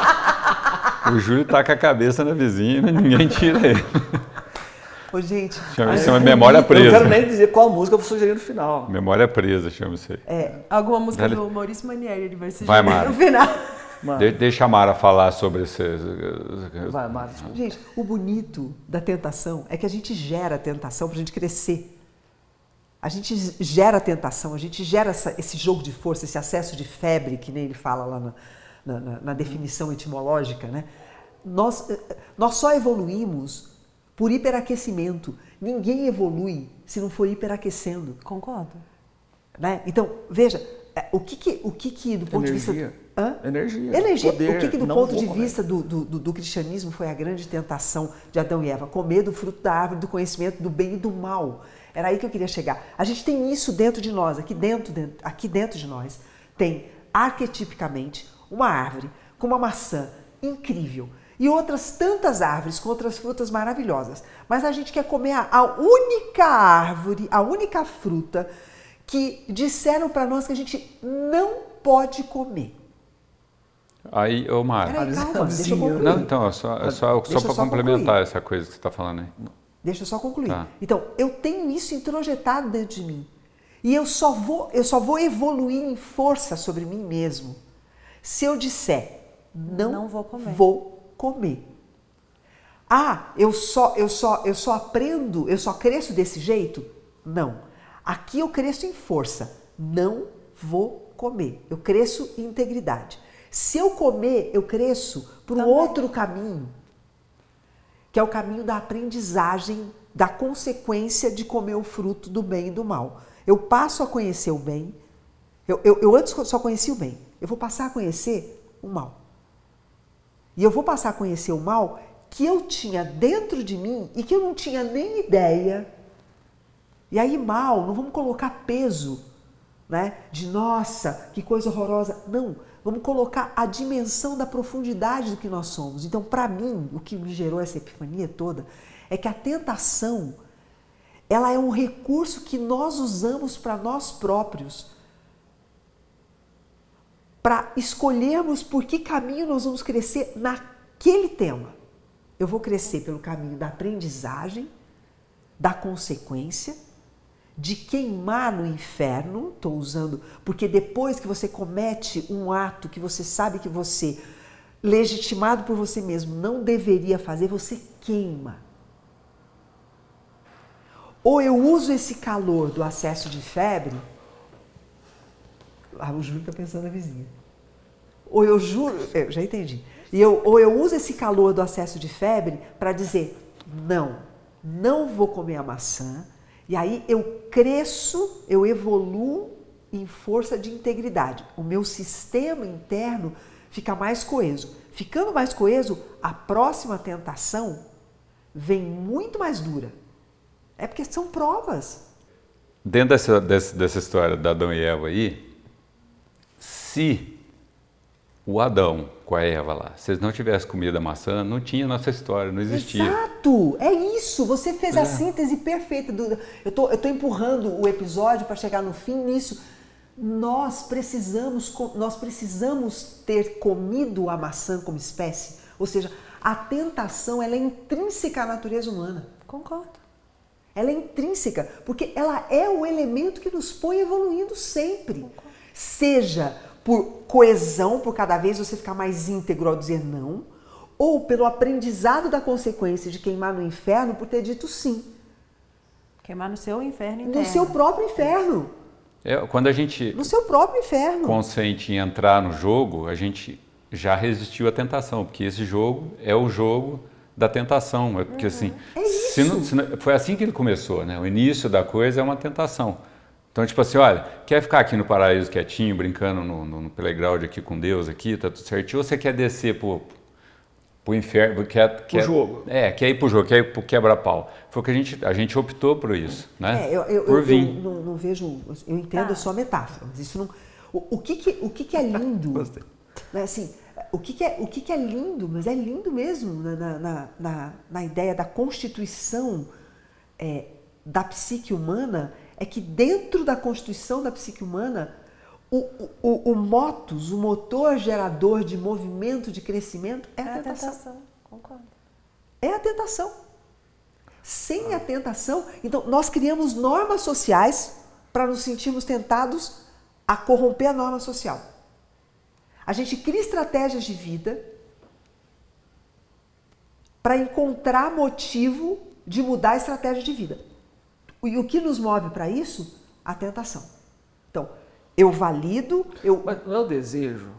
Speaker 1: tá. O Júlio tá com a cabeça na vizinha, mas ninguém tira ele.
Speaker 2: Ô, gente,
Speaker 1: Chama isso uma memória
Speaker 5: Eu não
Speaker 1: presa.
Speaker 5: quero nem dizer qual música eu vou sugerir no final.
Speaker 1: Memória presa, chama isso aí.
Speaker 2: é,
Speaker 3: Alguma música
Speaker 1: Dale.
Speaker 3: do Maurício Manieri, ele vai se
Speaker 1: Vai, Mara.
Speaker 3: no final.
Speaker 5: Mano,
Speaker 1: De- deixa a Mara falar sobre esse.
Speaker 5: vai, Mara. desculpa.
Speaker 2: gente, o bonito da tentação é que a gente gera a tentação pra gente crescer. A gente gera a tentação, a gente gera essa- esse jogo de força, esse acesso de febre, que nem ele fala lá na, na- na- na definição etimológica, né? Nós, eh, nós só evoluímos por hiperaquecimento. Ninguém evolui se não for hiperaquecendo.
Speaker 3: Concordo.
Speaker 2: Né? Então, veja, eh, o que que, o que, que do ponto de
Speaker 5: Energia.
Speaker 2: vista... Hã?
Speaker 5: Energia.
Speaker 2: Energia.
Speaker 5: Poder,
Speaker 2: o que, que do
Speaker 5: não
Speaker 2: ponto
Speaker 5: vou
Speaker 2: de
Speaker 5: comer.
Speaker 2: vista do, do, do, do cristianismo foi a grande tentação de Adão e Eva? Comer do fruto da árvore do conhecimento do bem e do mal. Era aí que eu queria chegar. A gente tem isso dentro de nós, aqui dentro, dentro, aqui dentro de nós, tem arquetipicamente uma árvore com uma maçã incrível e outras tantas árvores com outras frutas maravilhosas. Mas a gente quer comer a, a única árvore, a única fruta que disseram para nós que a gente não pode comer.
Speaker 1: Aí, ô Mara.
Speaker 2: Peraí, calma, deixa eu
Speaker 5: vizinha.
Speaker 2: concluir.
Speaker 1: Não, então, é só, é só,
Speaker 2: Deixa eu
Speaker 1: só para
Speaker 2: só
Speaker 1: complementar
Speaker 2: concluir.
Speaker 1: essa coisa que você está falando aí.
Speaker 2: Deixa eu só concluir.
Speaker 1: Tá.
Speaker 2: Então, eu tenho isso introjetado dentro de mim. E eu só vou, eu só vou evoluir em força sobre mim mesmo se eu disser, não,
Speaker 3: Não vou comer.
Speaker 2: vou comer. Ah, eu só, eu só, eu só aprendo, eu só cresço desse jeito? Não. Aqui eu cresço em força. Não vou comer. Eu cresço em integridade. Se eu comer, eu cresço por um
Speaker 3: Também.
Speaker 2: outro caminho, que é o caminho da aprendizagem, da consequência de comer o fruto do bem e do mal. Eu passo a conhecer o bem, eu, eu, eu antes só conhecia o bem, eu vou passar a conhecer o mal. E eu vou passar a conhecer o mal que eu tinha dentro de mim e que eu não tinha nem ideia. E aí mal, não vamos colocar peso, né? De nossa, que coisa horrorosa. Não, vamos colocar a dimensão da profundidade do que nós somos. Então, para mim, o que me gerou essa epifania toda é que a tentação, ela é um recurso que nós usamos para nós próprios, para escolhermos por que caminho nós vamos crescer naquele tema. Eu vou crescer pelo caminho da aprendizagem, da consequência, de queimar no inferno, estou usando, porque depois que você comete um ato que você sabe que você, legitimado por você mesmo, não deveria fazer, você queima. Ou eu uso esse calor do acesso de febre, ah, o Júlio está pensando na vizinha. Ou eu juro, eu já entendi. E eu, ou eu uso esse calor do acesso de febre para dizer, não, não vou comer a maçã. E aí eu cresço, eu evoluo em força de integridade. O meu sistema interno fica mais coeso. Ficando mais coeso, a próxima tentação vem muito mais dura. É porque são provas.
Speaker 1: Dentro dessa, dessa, dessa história da Adão e Eva aí, se o Adão com a Eva lá, se eles não tivessem comido a maçã, não tinha nossa história, não existia.
Speaker 2: Exato! É isso! Você fez a síntese perfeita. Do, eu tô, eu tô empurrando o episódio para chegar no fim nisso. Nós precisamos, nós precisamos ter comido a maçã como espécie. Ou seja, a tentação ela é intrínseca à natureza humana.
Speaker 3: Concordo.
Speaker 2: Ela é intrínseca, porque ela é o elemento que nos põe evoluindo sempre. Seja por coesão, por cada vez você ficar mais íntegro ao dizer não, ou pelo aprendizado da consequência de queimar no inferno por ter dito sim.
Speaker 3: Queimar no seu inferno interno.
Speaker 2: No seu próprio inferno.
Speaker 1: É, quando a gente
Speaker 2: No seu próprio inferno.
Speaker 1: consente em entrar no jogo, a gente já resistiu à tentação, porque esse jogo é o jogo da tentação. É porque assim,
Speaker 2: É isso.
Speaker 1: se não- se não- foi assim que ele começou, né? O início da coisa é uma tentação. Então, tipo assim, olha, quer ficar aqui no paraíso quietinho, brincando no, no, no playground aqui com Deus, aqui, tá tudo certinho, ou você quer descer para pro inferno, quer, quer,
Speaker 5: jogo.
Speaker 1: É, quer ir pro jogo, quer ir pro quebra-pau. Foi o que a gente, a gente optou por isso, né?
Speaker 2: É, eu, eu,
Speaker 1: por
Speaker 2: eu,
Speaker 1: vir.
Speaker 2: eu não, não vejo, eu entendo
Speaker 3: Ah.
Speaker 2: a sua metáfora, mas isso não... O, o, que, que, o que, que é lindo,
Speaker 5: Gostei.
Speaker 2: né, assim, o, que, que, é, o que, que é lindo, mas é lindo mesmo na, na, na, na ideia da constituição é, da psique humana, é que dentro da constituição da psique humana, o, o, o motus, o motor gerador de movimento, de crescimento, é a
Speaker 3: É a
Speaker 2: tentação.
Speaker 3: tentação, concordo.
Speaker 2: É a tentação. Sem a tentação, então nós criamos normas sociais para nos sentirmos tentados a corromper a norma social. A gente cria estratégias de vida para encontrar motivo de mudar a estratégia de vida. E o que nos move para isso? A tentação. Então, eu valido, eu...
Speaker 5: Mas não é o desejo?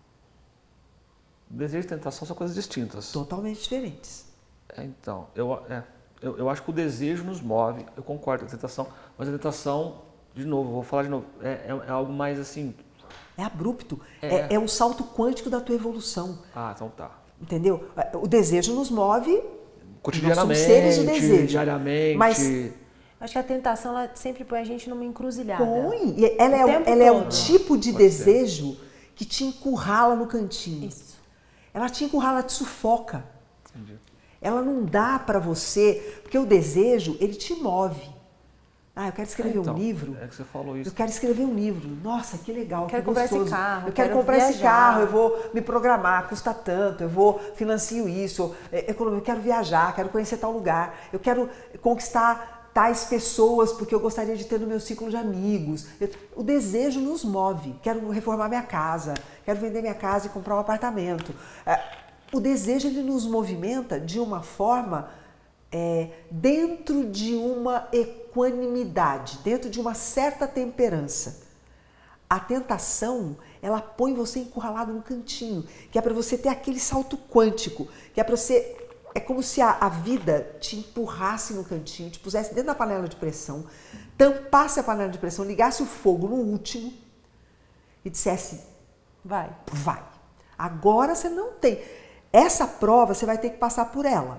Speaker 5: O desejo e tentação são coisas distintas.
Speaker 2: Totalmente diferentes.
Speaker 5: É, então, eu, é, eu, eu acho que o desejo nos move, eu concordo com a tentação, mas a tentação, de novo, vou falar de novo, é, é, é algo mais assim...
Speaker 2: É abrupto,
Speaker 5: É.
Speaker 2: é, é um salto quântico da tua evolução.
Speaker 5: Ah, então tá.
Speaker 2: Entendeu? O desejo nos move,
Speaker 5: Cotidianamente,
Speaker 2: nós somos seres de desejo.
Speaker 5: diariamente...
Speaker 2: Mas
Speaker 3: Acho que a tentação ela sempre põe a gente numa encruzilhada.
Speaker 2: põe, e ela, é,
Speaker 3: O
Speaker 2: o-
Speaker 3: tempo
Speaker 2: ela é um
Speaker 3: todo.
Speaker 2: tipo de
Speaker 5: Pode ser.
Speaker 2: desejo que te encurrala no cantinho.
Speaker 3: Isso.
Speaker 2: Ela te encurrala, ela te sufoca.
Speaker 5: Entendi.
Speaker 2: Ela não dá pra você, porque o desejo, ele te move. Ah, eu quero escrever
Speaker 5: Então,
Speaker 2: um livro.
Speaker 5: É que você falou isso.
Speaker 2: Eu quero escrever um livro. Nossa, que legal,
Speaker 3: Quero
Speaker 2: que
Speaker 3: comprar esse
Speaker 2: gostoso.
Speaker 3: carro,
Speaker 2: Eu quero,
Speaker 3: quero
Speaker 2: comprar esse
Speaker 3: viajar.
Speaker 2: carro, eu vou me programar, custa tanto, eu vou financio isso, é, economia, eu quero viajar, quero conhecer tal lugar, eu quero conquistar tais pessoas porque eu gostaria de ter no meu ciclo de amigos. Eu- o desejo nos move. Quero reformar minha casa, quero vender minha casa e comprar um apartamento. É, o desejo ele nos movimenta de uma forma é, dentro de uma equanimidade, dentro de uma certa temperança. A tentação, ela põe você encurralado no cantinho, que é para você ter aquele salto quântico, que é para você... É como se a, a vida te empurrasse no cantinho, te pusesse dentro da panela de pressão, tampasse a panela de pressão, ligasse o fogo no último e dissesse,
Speaker 3: Vai.
Speaker 2: vai. Agora você não tem. Essa prova você vai ter que passar por ela.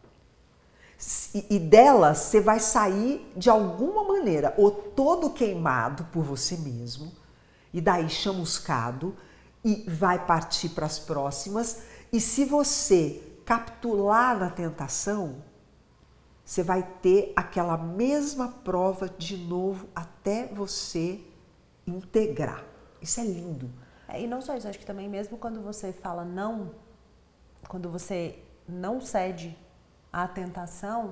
Speaker 2: E, e dela você vai sair de alguma maneira, ou todo queimado por você mesmo, e daí chamuscado, e vai partir para as próximas. E se você capitular na tentação, você vai ter aquela mesma prova de novo até você integrar. Isso é lindo.
Speaker 3: É, e não só isso, acho que também mesmo quando você fala não, quando você não cede à tentação,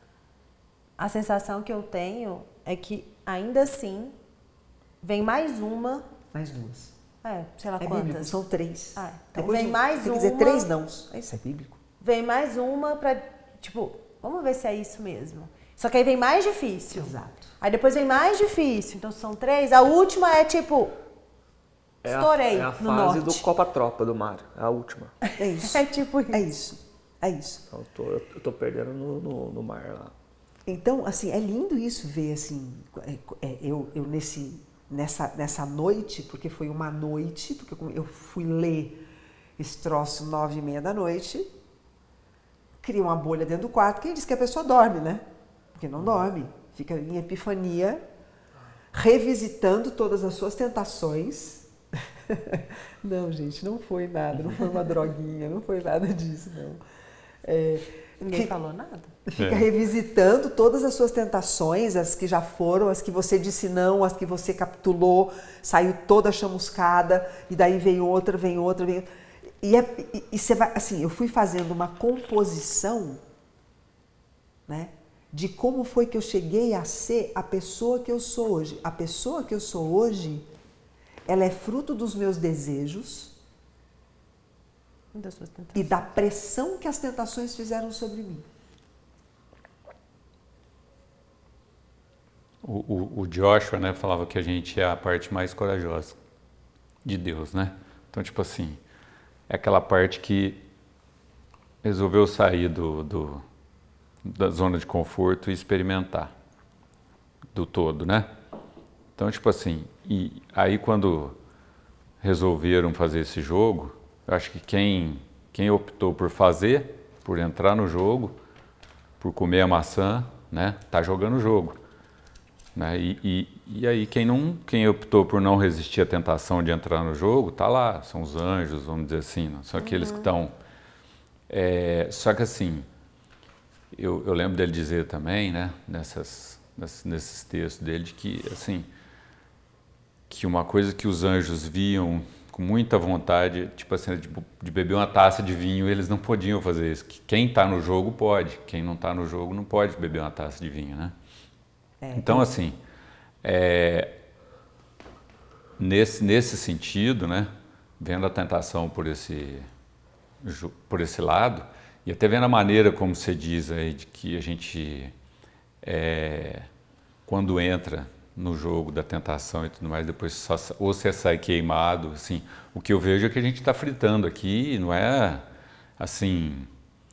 Speaker 3: a sensação que eu tenho é que ainda assim vem mais uma,
Speaker 2: Mais duas.
Speaker 3: é, sei lá
Speaker 2: É
Speaker 3: quantas.
Speaker 2: bíblico, são três.
Speaker 3: Ah, então
Speaker 2: Depois
Speaker 3: vem
Speaker 2: de-
Speaker 3: mais
Speaker 2: tem
Speaker 3: uma.
Speaker 2: que dizer três nãos. Isso é bíblico.
Speaker 3: Vem mais uma pra, tipo, vamos ver se é isso mesmo. Só que aí vem mais difícil.
Speaker 2: Exato.
Speaker 3: Aí depois vem mais difícil, então são três. A última é tipo,
Speaker 5: É a,
Speaker 3: estourei
Speaker 5: é a
Speaker 3: no
Speaker 5: fase
Speaker 3: norte.
Speaker 5: do Copa-Tropa do Mário, é a última.
Speaker 2: É isso.
Speaker 3: É tipo isso.
Speaker 2: É isso. É isso.
Speaker 5: Então, eu, tô, eu tô perdendo no, no, no mar lá.
Speaker 2: Então, assim, é lindo isso ver, assim, é, é, eu, eu nesse, nessa, nessa noite, porque foi uma noite, porque eu, eu fui ler esse troço nove e meia da noite, cria uma bolha dentro do quarto, que diz que a pessoa dorme, né? Porque não dorme, fica em epifania, revisitando todas as suas tentações. Não, gente, não foi nada, não foi uma droguinha, não foi nada disso, não. É,
Speaker 3: Ninguém
Speaker 2: fica-
Speaker 3: falou nada.
Speaker 2: Fica
Speaker 1: É.
Speaker 2: revisitando todas as suas tentações, as que já foram, as que você disse não, as que você capitulou, saiu toda chamuscada, e daí vem outra, vem outra, vem outra. E, é, e, e você vai, assim, eu fui fazendo uma composição, né, de como foi que eu cheguei a ser a pessoa que eu sou hoje. A pessoa que eu sou hoje, ela é fruto dos meus desejos
Speaker 3: Das suas tentações.
Speaker 2: e da pressão que as tentações fizeram sobre mim.
Speaker 1: O, o, o Joshua, né, falava que a gente é a parte mais corajosa de Deus, né? Então, tipo assim, é aquela parte que resolveu sair do, do, da zona de conforto e experimentar do todo, né? Então, tipo assim, e aí quando resolveram fazer esse jogo, eu acho que quem, Quem optou por fazer, por entrar no jogo, por comer a maçã, né, tá jogando o jogo. Né? E, e, e aí quem, não, quem optou por não resistir à tentação de entrar no jogo, tá lá, são os anjos, vamos dizer assim, não? São aqueles uhum. que estão... É, só que assim, eu, eu lembro dele dizer também, né, nessas, nesses, nesses textos dele, de que, assim, que uma coisa que os anjos viam com muita vontade, tipo assim, de, de beber uma taça de vinho, eles não podiam fazer isso. Que quem está no jogo pode, quem não está no jogo não pode beber uma taça de vinho, né? É, então, assim, é, nesse, nesse sentido, né, vendo a tentação por esse, por esse lado, e até vendo a maneira como você diz aí, de que a gente, é, quando entra no jogo da tentação e tudo mais, depois só, ou você sai queimado, assim, o que eu vejo é que a gente está fritando aqui, não é assim,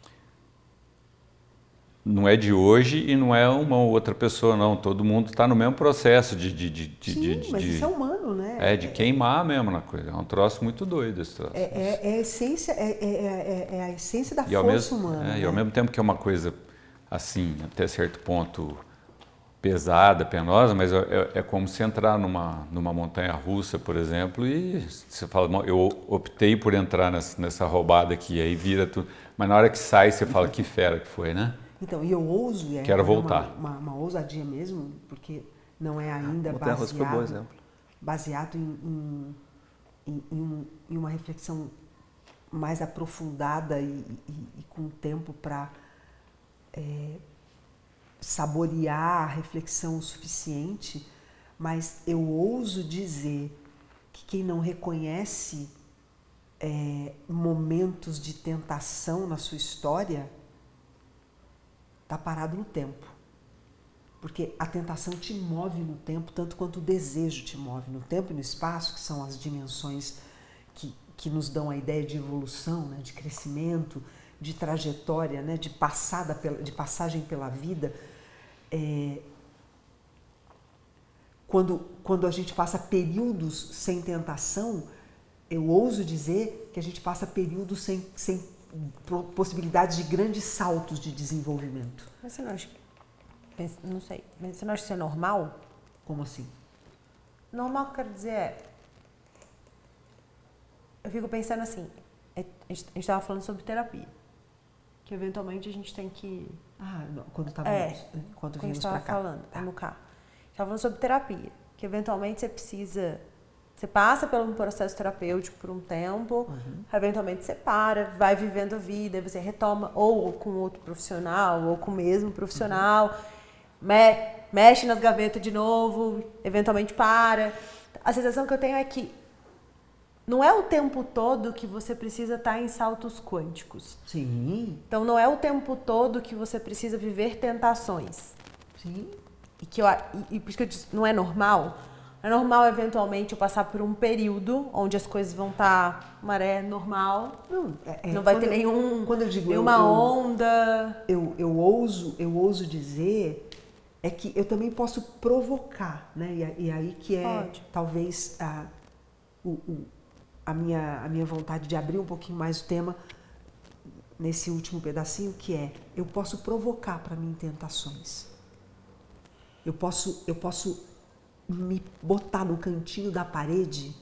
Speaker 1: não é de hoje e não é uma ou outra pessoa, não, todo mundo está no mesmo processo de... de, de, de
Speaker 2: Sim,
Speaker 1: de, de,
Speaker 2: mas
Speaker 1: de,
Speaker 2: isso é humano, né?
Speaker 1: É, de queimar mesmo na coisa, é um troço muito doido esse troço.
Speaker 2: É, é, é, a, essência, é, é, é a essência da
Speaker 1: e
Speaker 2: força
Speaker 1: mesmo,
Speaker 2: humana.
Speaker 1: É,
Speaker 2: né?
Speaker 1: E ao mesmo tempo que é uma coisa, assim, até certo ponto... pesada, penosa, mas é, é como se entrar numa, numa montanha russa, por exemplo, e você fala, eu optei por entrar nessa, nessa roubada aqui, aí vira tudo, mas na hora que sai você fala, que fera que foi, né?
Speaker 2: Então, e eu ouso, e é
Speaker 1: Quero voltar.
Speaker 2: Uma, uma, uma ousadia mesmo, porque não é ainda
Speaker 5: montanha russa foi um bom exemplo.
Speaker 2: baseado em, em, em, em, um, em uma reflexão mais aprofundada e, e, e com tempo para... É, saborear a reflexão o suficiente, mas eu ouso dizer que quem não reconhece é, momentos de tentação na sua história está parado no tempo. Porque a tentação te move no tempo tanto quanto o desejo te move no tempo e no espaço, que são as dimensões que, que nos dão a ideia de evolução, né, de crescimento, de trajetória, né, de, passada pela, de passagem pela vida. É, quando, quando a gente passa períodos sem tentação, eu ouso dizer que a gente passa períodos sem, sem possibilidades de grandes saltos de desenvolvimento.
Speaker 3: Mas você não acha que, não sei, mas você não acha que isso é normal?
Speaker 2: Como assim?
Speaker 3: Normal que eu quero dizer é, eu fico pensando assim, a gente estava falando sobre terapia, que eventualmente a gente tem que...
Speaker 2: Ah, não, quando estava
Speaker 3: é,
Speaker 2: quando
Speaker 3: vimos
Speaker 2: para cá.
Speaker 3: falando, tá. no carro. Estava falando sobre terapia, que eventualmente você precisa, você passa por um processo terapêutico por um tempo, uhum. eventualmente você para, vai vivendo a vida, você retoma ou com outro profissional, ou com o mesmo profissional, uhum. me, mexe nas gavetas de novo, eventualmente para. A sensação que eu tenho é que não é o tempo todo que você precisa estar em saltos quânticos.
Speaker 2: Sim.
Speaker 3: Então, não é o tempo todo que você precisa viver tentações.
Speaker 2: Sim.
Speaker 3: E, que eu, e, e por isso que eu disse, não é normal. É normal, eventualmente, eu passar por um período onde as coisas vão estar maré normal.
Speaker 2: Não, é,
Speaker 3: não vai ter
Speaker 2: eu,
Speaker 3: nenhum,
Speaker 2: quando eu digo,
Speaker 3: nenhuma
Speaker 2: eu, eu,
Speaker 3: onda.
Speaker 2: Eu, eu, ouso, eu ouso dizer é que eu também posso provocar, né? E, e aí que é,
Speaker 3: Pode.
Speaker 2: talvez, a, o, o A minha, a minha vontade de abrir um pouquinho mais o tema nesse último pedacinho, que é, eu posso provocar para mim tentações. Eu posso, eu posso me botar no cantinho da parede,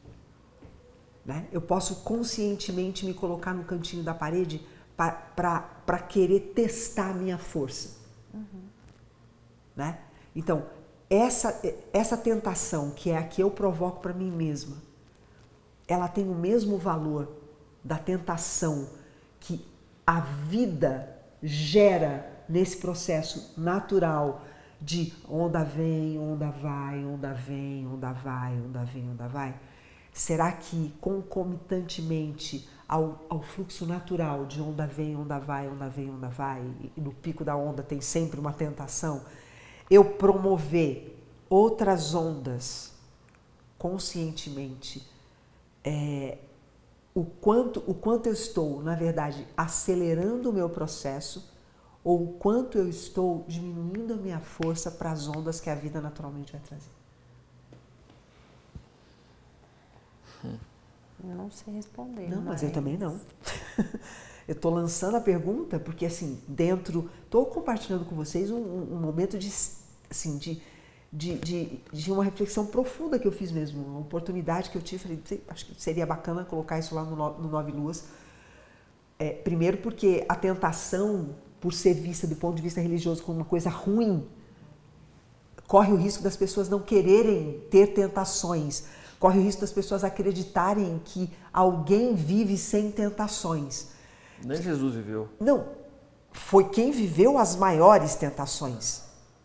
Speaker 2: né? Eu posso conscientemente me colocar no cantinho da parede para querer testar a minha força. Uhum. Né? Então, essa, essa tentação, que é a que eu provoco para mim mesma, ela tem o mesmo valor da tentação que a vida gera nesse processo natural de onda vem, onda vai, onda vem, onda vai, onda vem, onda vai? Será que concomitantemente ao, ao fluxo natural de onda vem, onda vai, onda vem, onda vai, e no pico da onda tem sempre uma tentação, eu promover outras ondas conscientemente, É, o, quanto, o quanto eu estou, na verdade, acelerando o meu processo ou o quanto eu estou diminuindo a minha força para as ondas que a vida naturalmente vai trazer.
Speaker 5: Hum.
Speaker 3: Eu não sei responder.
Speaker 2: Não, mas,
Speaker 3: mas
Speaker 2: eu também não. Eu estou lançando a pergunta porque, assim, dentro... Estou compartilhando com vocês um, um momento de, assim, de, de, de, de uma reflexão profunda que eu fiz mesmo. Uma oportunidade que eu tive. Falei, acho que seria bacana colocar isso lá no, no Nove Luas. É, primeiro porque a tentação, por ser vista do ponto de vista religioso como uma coisa ruim, corre o risco das pessoas não quererem ter tentações. Corre o risco das pessoas acreditarem que alguém vive sem tentações.
Speaker 5: Nem Jesus viveu.
Speaker 2: Não, foi quem viveu as maiores tentações.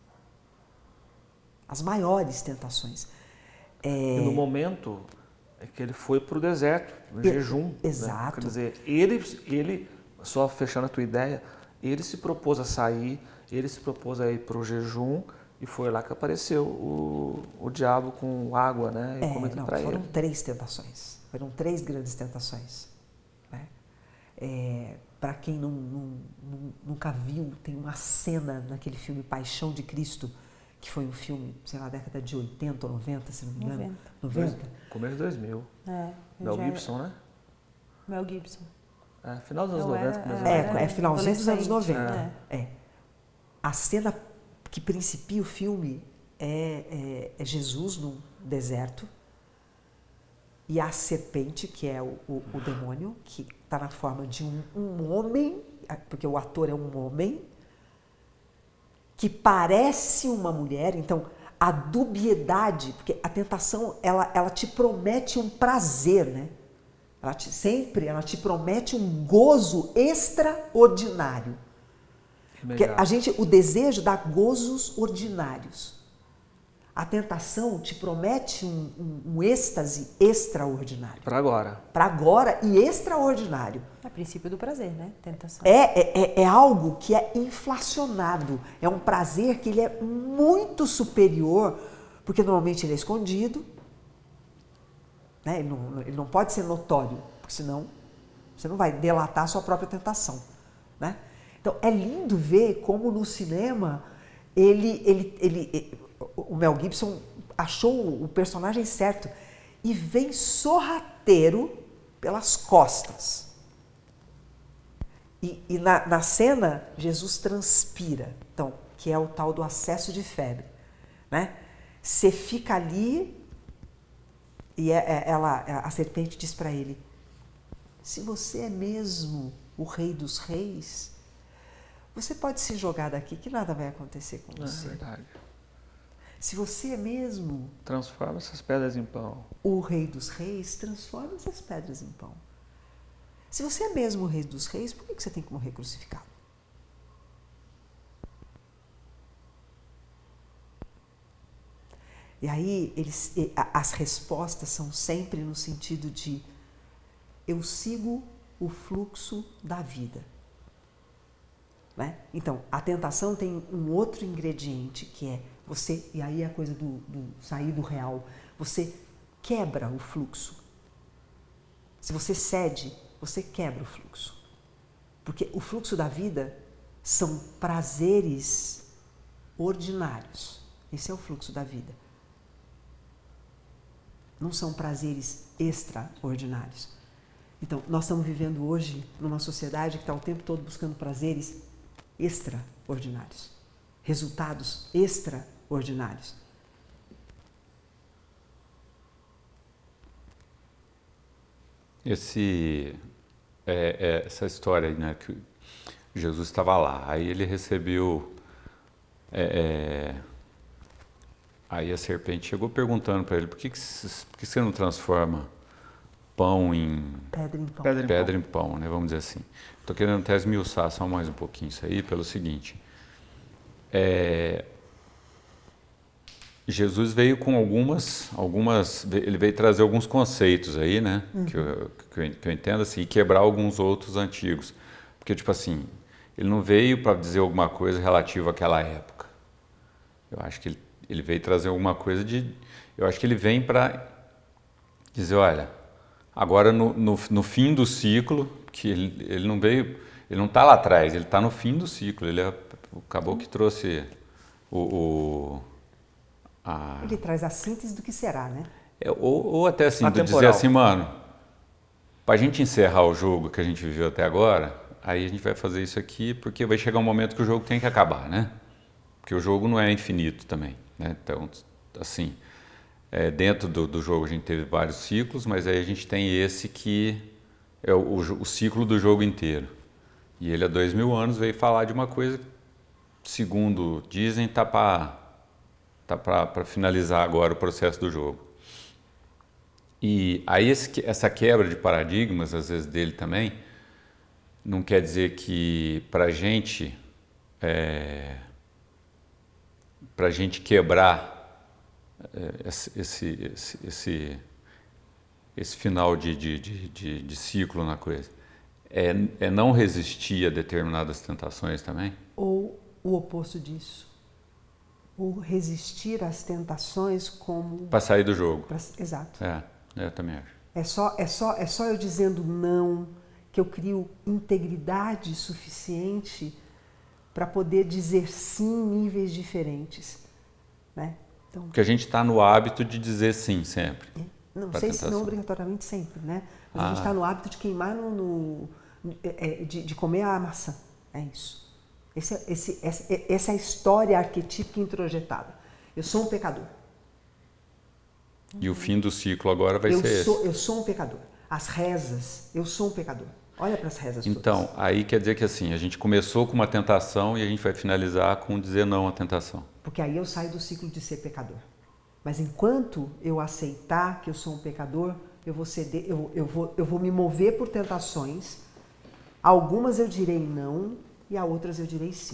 Speaker 2: As maiores tentações. É...
Speaker 5: E no momento é que ele foi para o deserto, no e... jejum.
Speaker 2: Exato.
Speaker 5: Né? Quer dizer, ele, ele, só fechando a tua ideia, ele se propôs a sair, ele se propôs a ir para o jejum, e foi lá que apareceu o, o diabo com água, né? E
Speaker 2: é,
Speaker 5: prometeu
Speaker 2: não,
Speaker 5: para ele.
Speaker 2: Foram três tentações. Foram três grandes tentações. Né? É, para quem não, não, não, nunca viu, tem uma cena naquele filme Paixão de Cristo, que foi um filme, sei lá, década de oitenta ou noventa, se não me engano.
Speaker 3: noventa.
Speaker 2: noventa?
Speaker 5: Começo de dois mil.
Speaker 3: É,
Speaker 5: Mel
Speaker 3: já...
Speaker 5: Gibson, né?
Speaker 3: Mel Gibson.
Speaker 5: É, final dos anos
Speaker 3: eu
Speaker 5: noventa,
Speaker 3: era,
Speaker 5: começo
Speaker 2: É,
Speaker 5: dos
Speaker 2: é finalzinho dos anos noventa.
Speaker 3: É.
Speaker 2: É. A cena que principia o filme é, é, é Jesus no deserto e a serpente, que é o, o, o demônio, que está na forma de um, um homem, porque o ator é um homem, que parece uma mulher. Então, a dubiedade, porque a tentação, ela, ela te promete um prazer, né? Ela te, sempre ela te promete um gozo extraordinário. Porque a gente, o desejo dá gozos ordinários. A tentação te promete um, um, um êxtase extraordinário.
Speaker 5: Para agora.
Speaker 2: Para agora e extraordinário.
Speaker 3: É o princípio do prazer, né? Tentação.
Speaker 2: É, é, é algo que é inflacionado. É um prazer que ele é muito superior, porque normalmente ele é escondido, né? Ele não, ele não pode ser notório, porque senão você não vai delatar a sua própria tentação, né? Então, é lindo ver como no cinema ele, ele, ele, ele, o Mel Gibson achou o personagem certo e vem sorrateiro pelas costas. E, e na, na cena, Jesus transpira, então, que é o tal do acesso de febre. Né? Você fica ali e é, é, ela, a serpente diz para ele, se você é mesmo o rei dos reis, você pode se jogar daqui que nada vai acontecer com você.
Speaker 5: É verdade.
Speaker 2: Se você é mesmo...
Speaker 5: Transforma essas pedras em pão.
Speaker 2: O rei dos reis, transforma essas pedras em pão. Se você é mesmo o rei dos reis, por que você tem que morrer crucificado? E aí, eles, as respostas são sempre no sentido de eu sigo o fluxo da vida. Né? Então, a tentação tem um outro ingrediente que é você, e aí é a coisa do, do sair do real, você quebra o fluxo. Se você cede, você quebra o fluxo. Porque o fluxo da vida são prazeres ordinários. Esse é o fluxo da vida. Não são prazeres extraordinários. Então, nós estamos vivendo hoje numa sociedade que está o tempo todo buscando prazeres extraordinários, resultados extraordinários.
Speaker 1: Esse, é, é, essa história, né, que Jesus estava lá, aí ele recebeu, é, é, aí a serpente chegou perguntando para ele, por que, que, por que você não transforma pão em
Speaker 2: pedra em pão,
Speaker 1: pedra em, pedra em pão, né? Vamos dizer assim. Estou querendo até esmiuçar só mais um pouquinho isso aí, pelo seguinte. É, Jesus veio com algumas, algumas, ele veio trazer alguns conceitos aí, né? Uhum. Que, eu, que, eu, que eu entendo assim, e quebrar alguns outros antigos. Porque, tipo assim, ele não veio para dizer alguma coisa relativa àquela época. Eu acho que ele, ele veio trazer alguma coisa de... Eu acho que ele vem para dizer, olha... Agora, no, no, no fim do ciclo, que ele, ele não veio, ele não está lá atrás, ele está no fim do ciclo. Ele é, acabou que trouxe o... o a...
Speaker 2: Ele traz a síntese do que será, né?
Speaker 1: É, ou, ou até assim, de dizer assim, mano, para a gente encerrar o jogo que a gente viveu até agora, aí a gente vai fazer isso aqui porque vai chegar um momento que o jogo tem que acabar, né? Porque o jogo não é infinito também, né? Então, assim, é, dentro do, do jogo a gente teve vários ciclos, mas aí a gente tem esse que é o, o, o ciclo do jogo inteiro. E ele há dois mil anos veio falar de uma coisa que, segundo dizem, tá para tá para finalizar agora o processo do jogo. E aí esse, essa quebra de paradigmas, às vezes dele também, não quer dizer que para a gente, é, para a gente quebrar é, esse, esse, esse, esse final de, de, de, de, de ciclo na coisa, é, é não resistir a determinadas tentações também?
Speaker 2: Ou o oposto disso. Ou resistir às tentações como...
Speaker 1: Para sair do jogo.
Speaker 2: Pra, exato.
Speaker 1: É, eu também acho.
Speaker 2: É só, é, só, é só eu dizendo não que eu crio integridade suficiente para poder dizer sim em níveis diferentes. Né? Então,
Speaker 1: porque a gente está no hábito de dizer sim sempre.
Speaker 2: Não sei se não obrigatoriamente sempre, né? Mas ah. a gente está no hábito de queimar no... no é, de, de comer a maçã. É isso. Esse, esse, essa, essa é a história arquetípica introjetada. Eu sou um pecador.
Speaker 1: E o fim do ciclo agora vai
Speaker 2: eu
Speaker 1: ser
Speaker 2: sou,
Speaker 1: esse.
Speaker 2: Eu sou um pecador. As rezas, eu sou um pecador. Olha para as rezas
Speaker 1: então,
Speaker 2: todas.
Speaker 1: aí quer dizer que assim, a gente começou com uma tentação e a gente vai finalizar com dizer não à tentação.
Speaker 2: Porque aí eu saio do ciclo de ser pecador. Mas enquanto eu aceitar que eu sou um pecador, eu vou, ceder, eu, eu vou, eu vou me mover por tentações. Algumas eu direi não e a outras eu direi sim.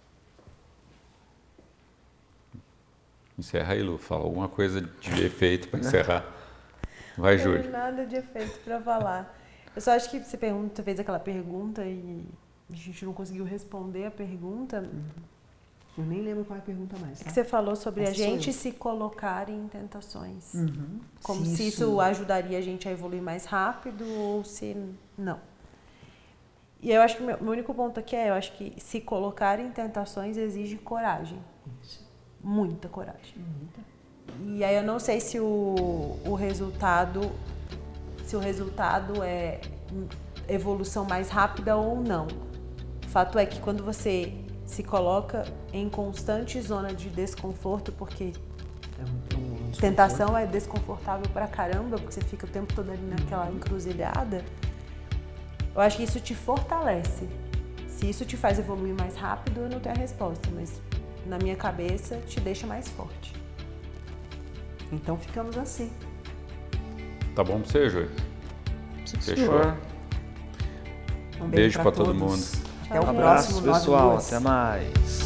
Speaker 1: Encerra aí, Lu. Fala alguma coisa de efeito para encerrar. Vai, Júlia.
Speaker 3: Não tem nada de efeito para falar. Eu só acho que você pergunta, fez aquela pergunta e a gente não conseguiu responder a pergunta.
Speaker 2: Eu nem lembro qual é a pergunta mais. Tá?
Speaker 3: Que você falou sobre
Speaker 2: Essa
Speaker 3: a gente se colocar em tentações.
Speaker 2: Uhum.
Speaker 3: Como se, se isso... isso ajudaria a gente a evoluir mais rápido ou se não. E eu acho que o meu, meu único ponto aqui é, eu acho que se colocar em tentações exige coragem.
Speaker 2: Isso.
Speaker 3: Muita coragem.
Speaker 2: Muita.
Speaker 3: E aí eu não sei se o, o resultado, se o resultado é evolução mais rápida ou não. O fato é que quando você se coloca em constante zona de desconforto, porque
Speaker 2: é um, um
Speaker 3: tentação é desconfortável pra caramba, porque você fica o tempo todo ali naquela encruzilhada, eu acho que isso te fortalece. Se isso te faz evoluir mais rápido, eu não tenho a resposta, mas na minha cabeça te deixa mais forte.
Speaker 2: Então ficamos assim.
Speaker 1: Tá bom pra você, Júlia? Fechou.
Speaker 2: Um beijo,
Speaker 1: beijo
Speaker 2: pra,
Speaker 1: pra
Speaker 2: todos.
Speaker 1: todo mundo.
Speaker 2: Até o
Speaker 5: Um
Speaker 2: próximo,
Speaker 5: abraço, pessoal.
Speaker 2: Nove Luas.
Speaker 5: Até mais.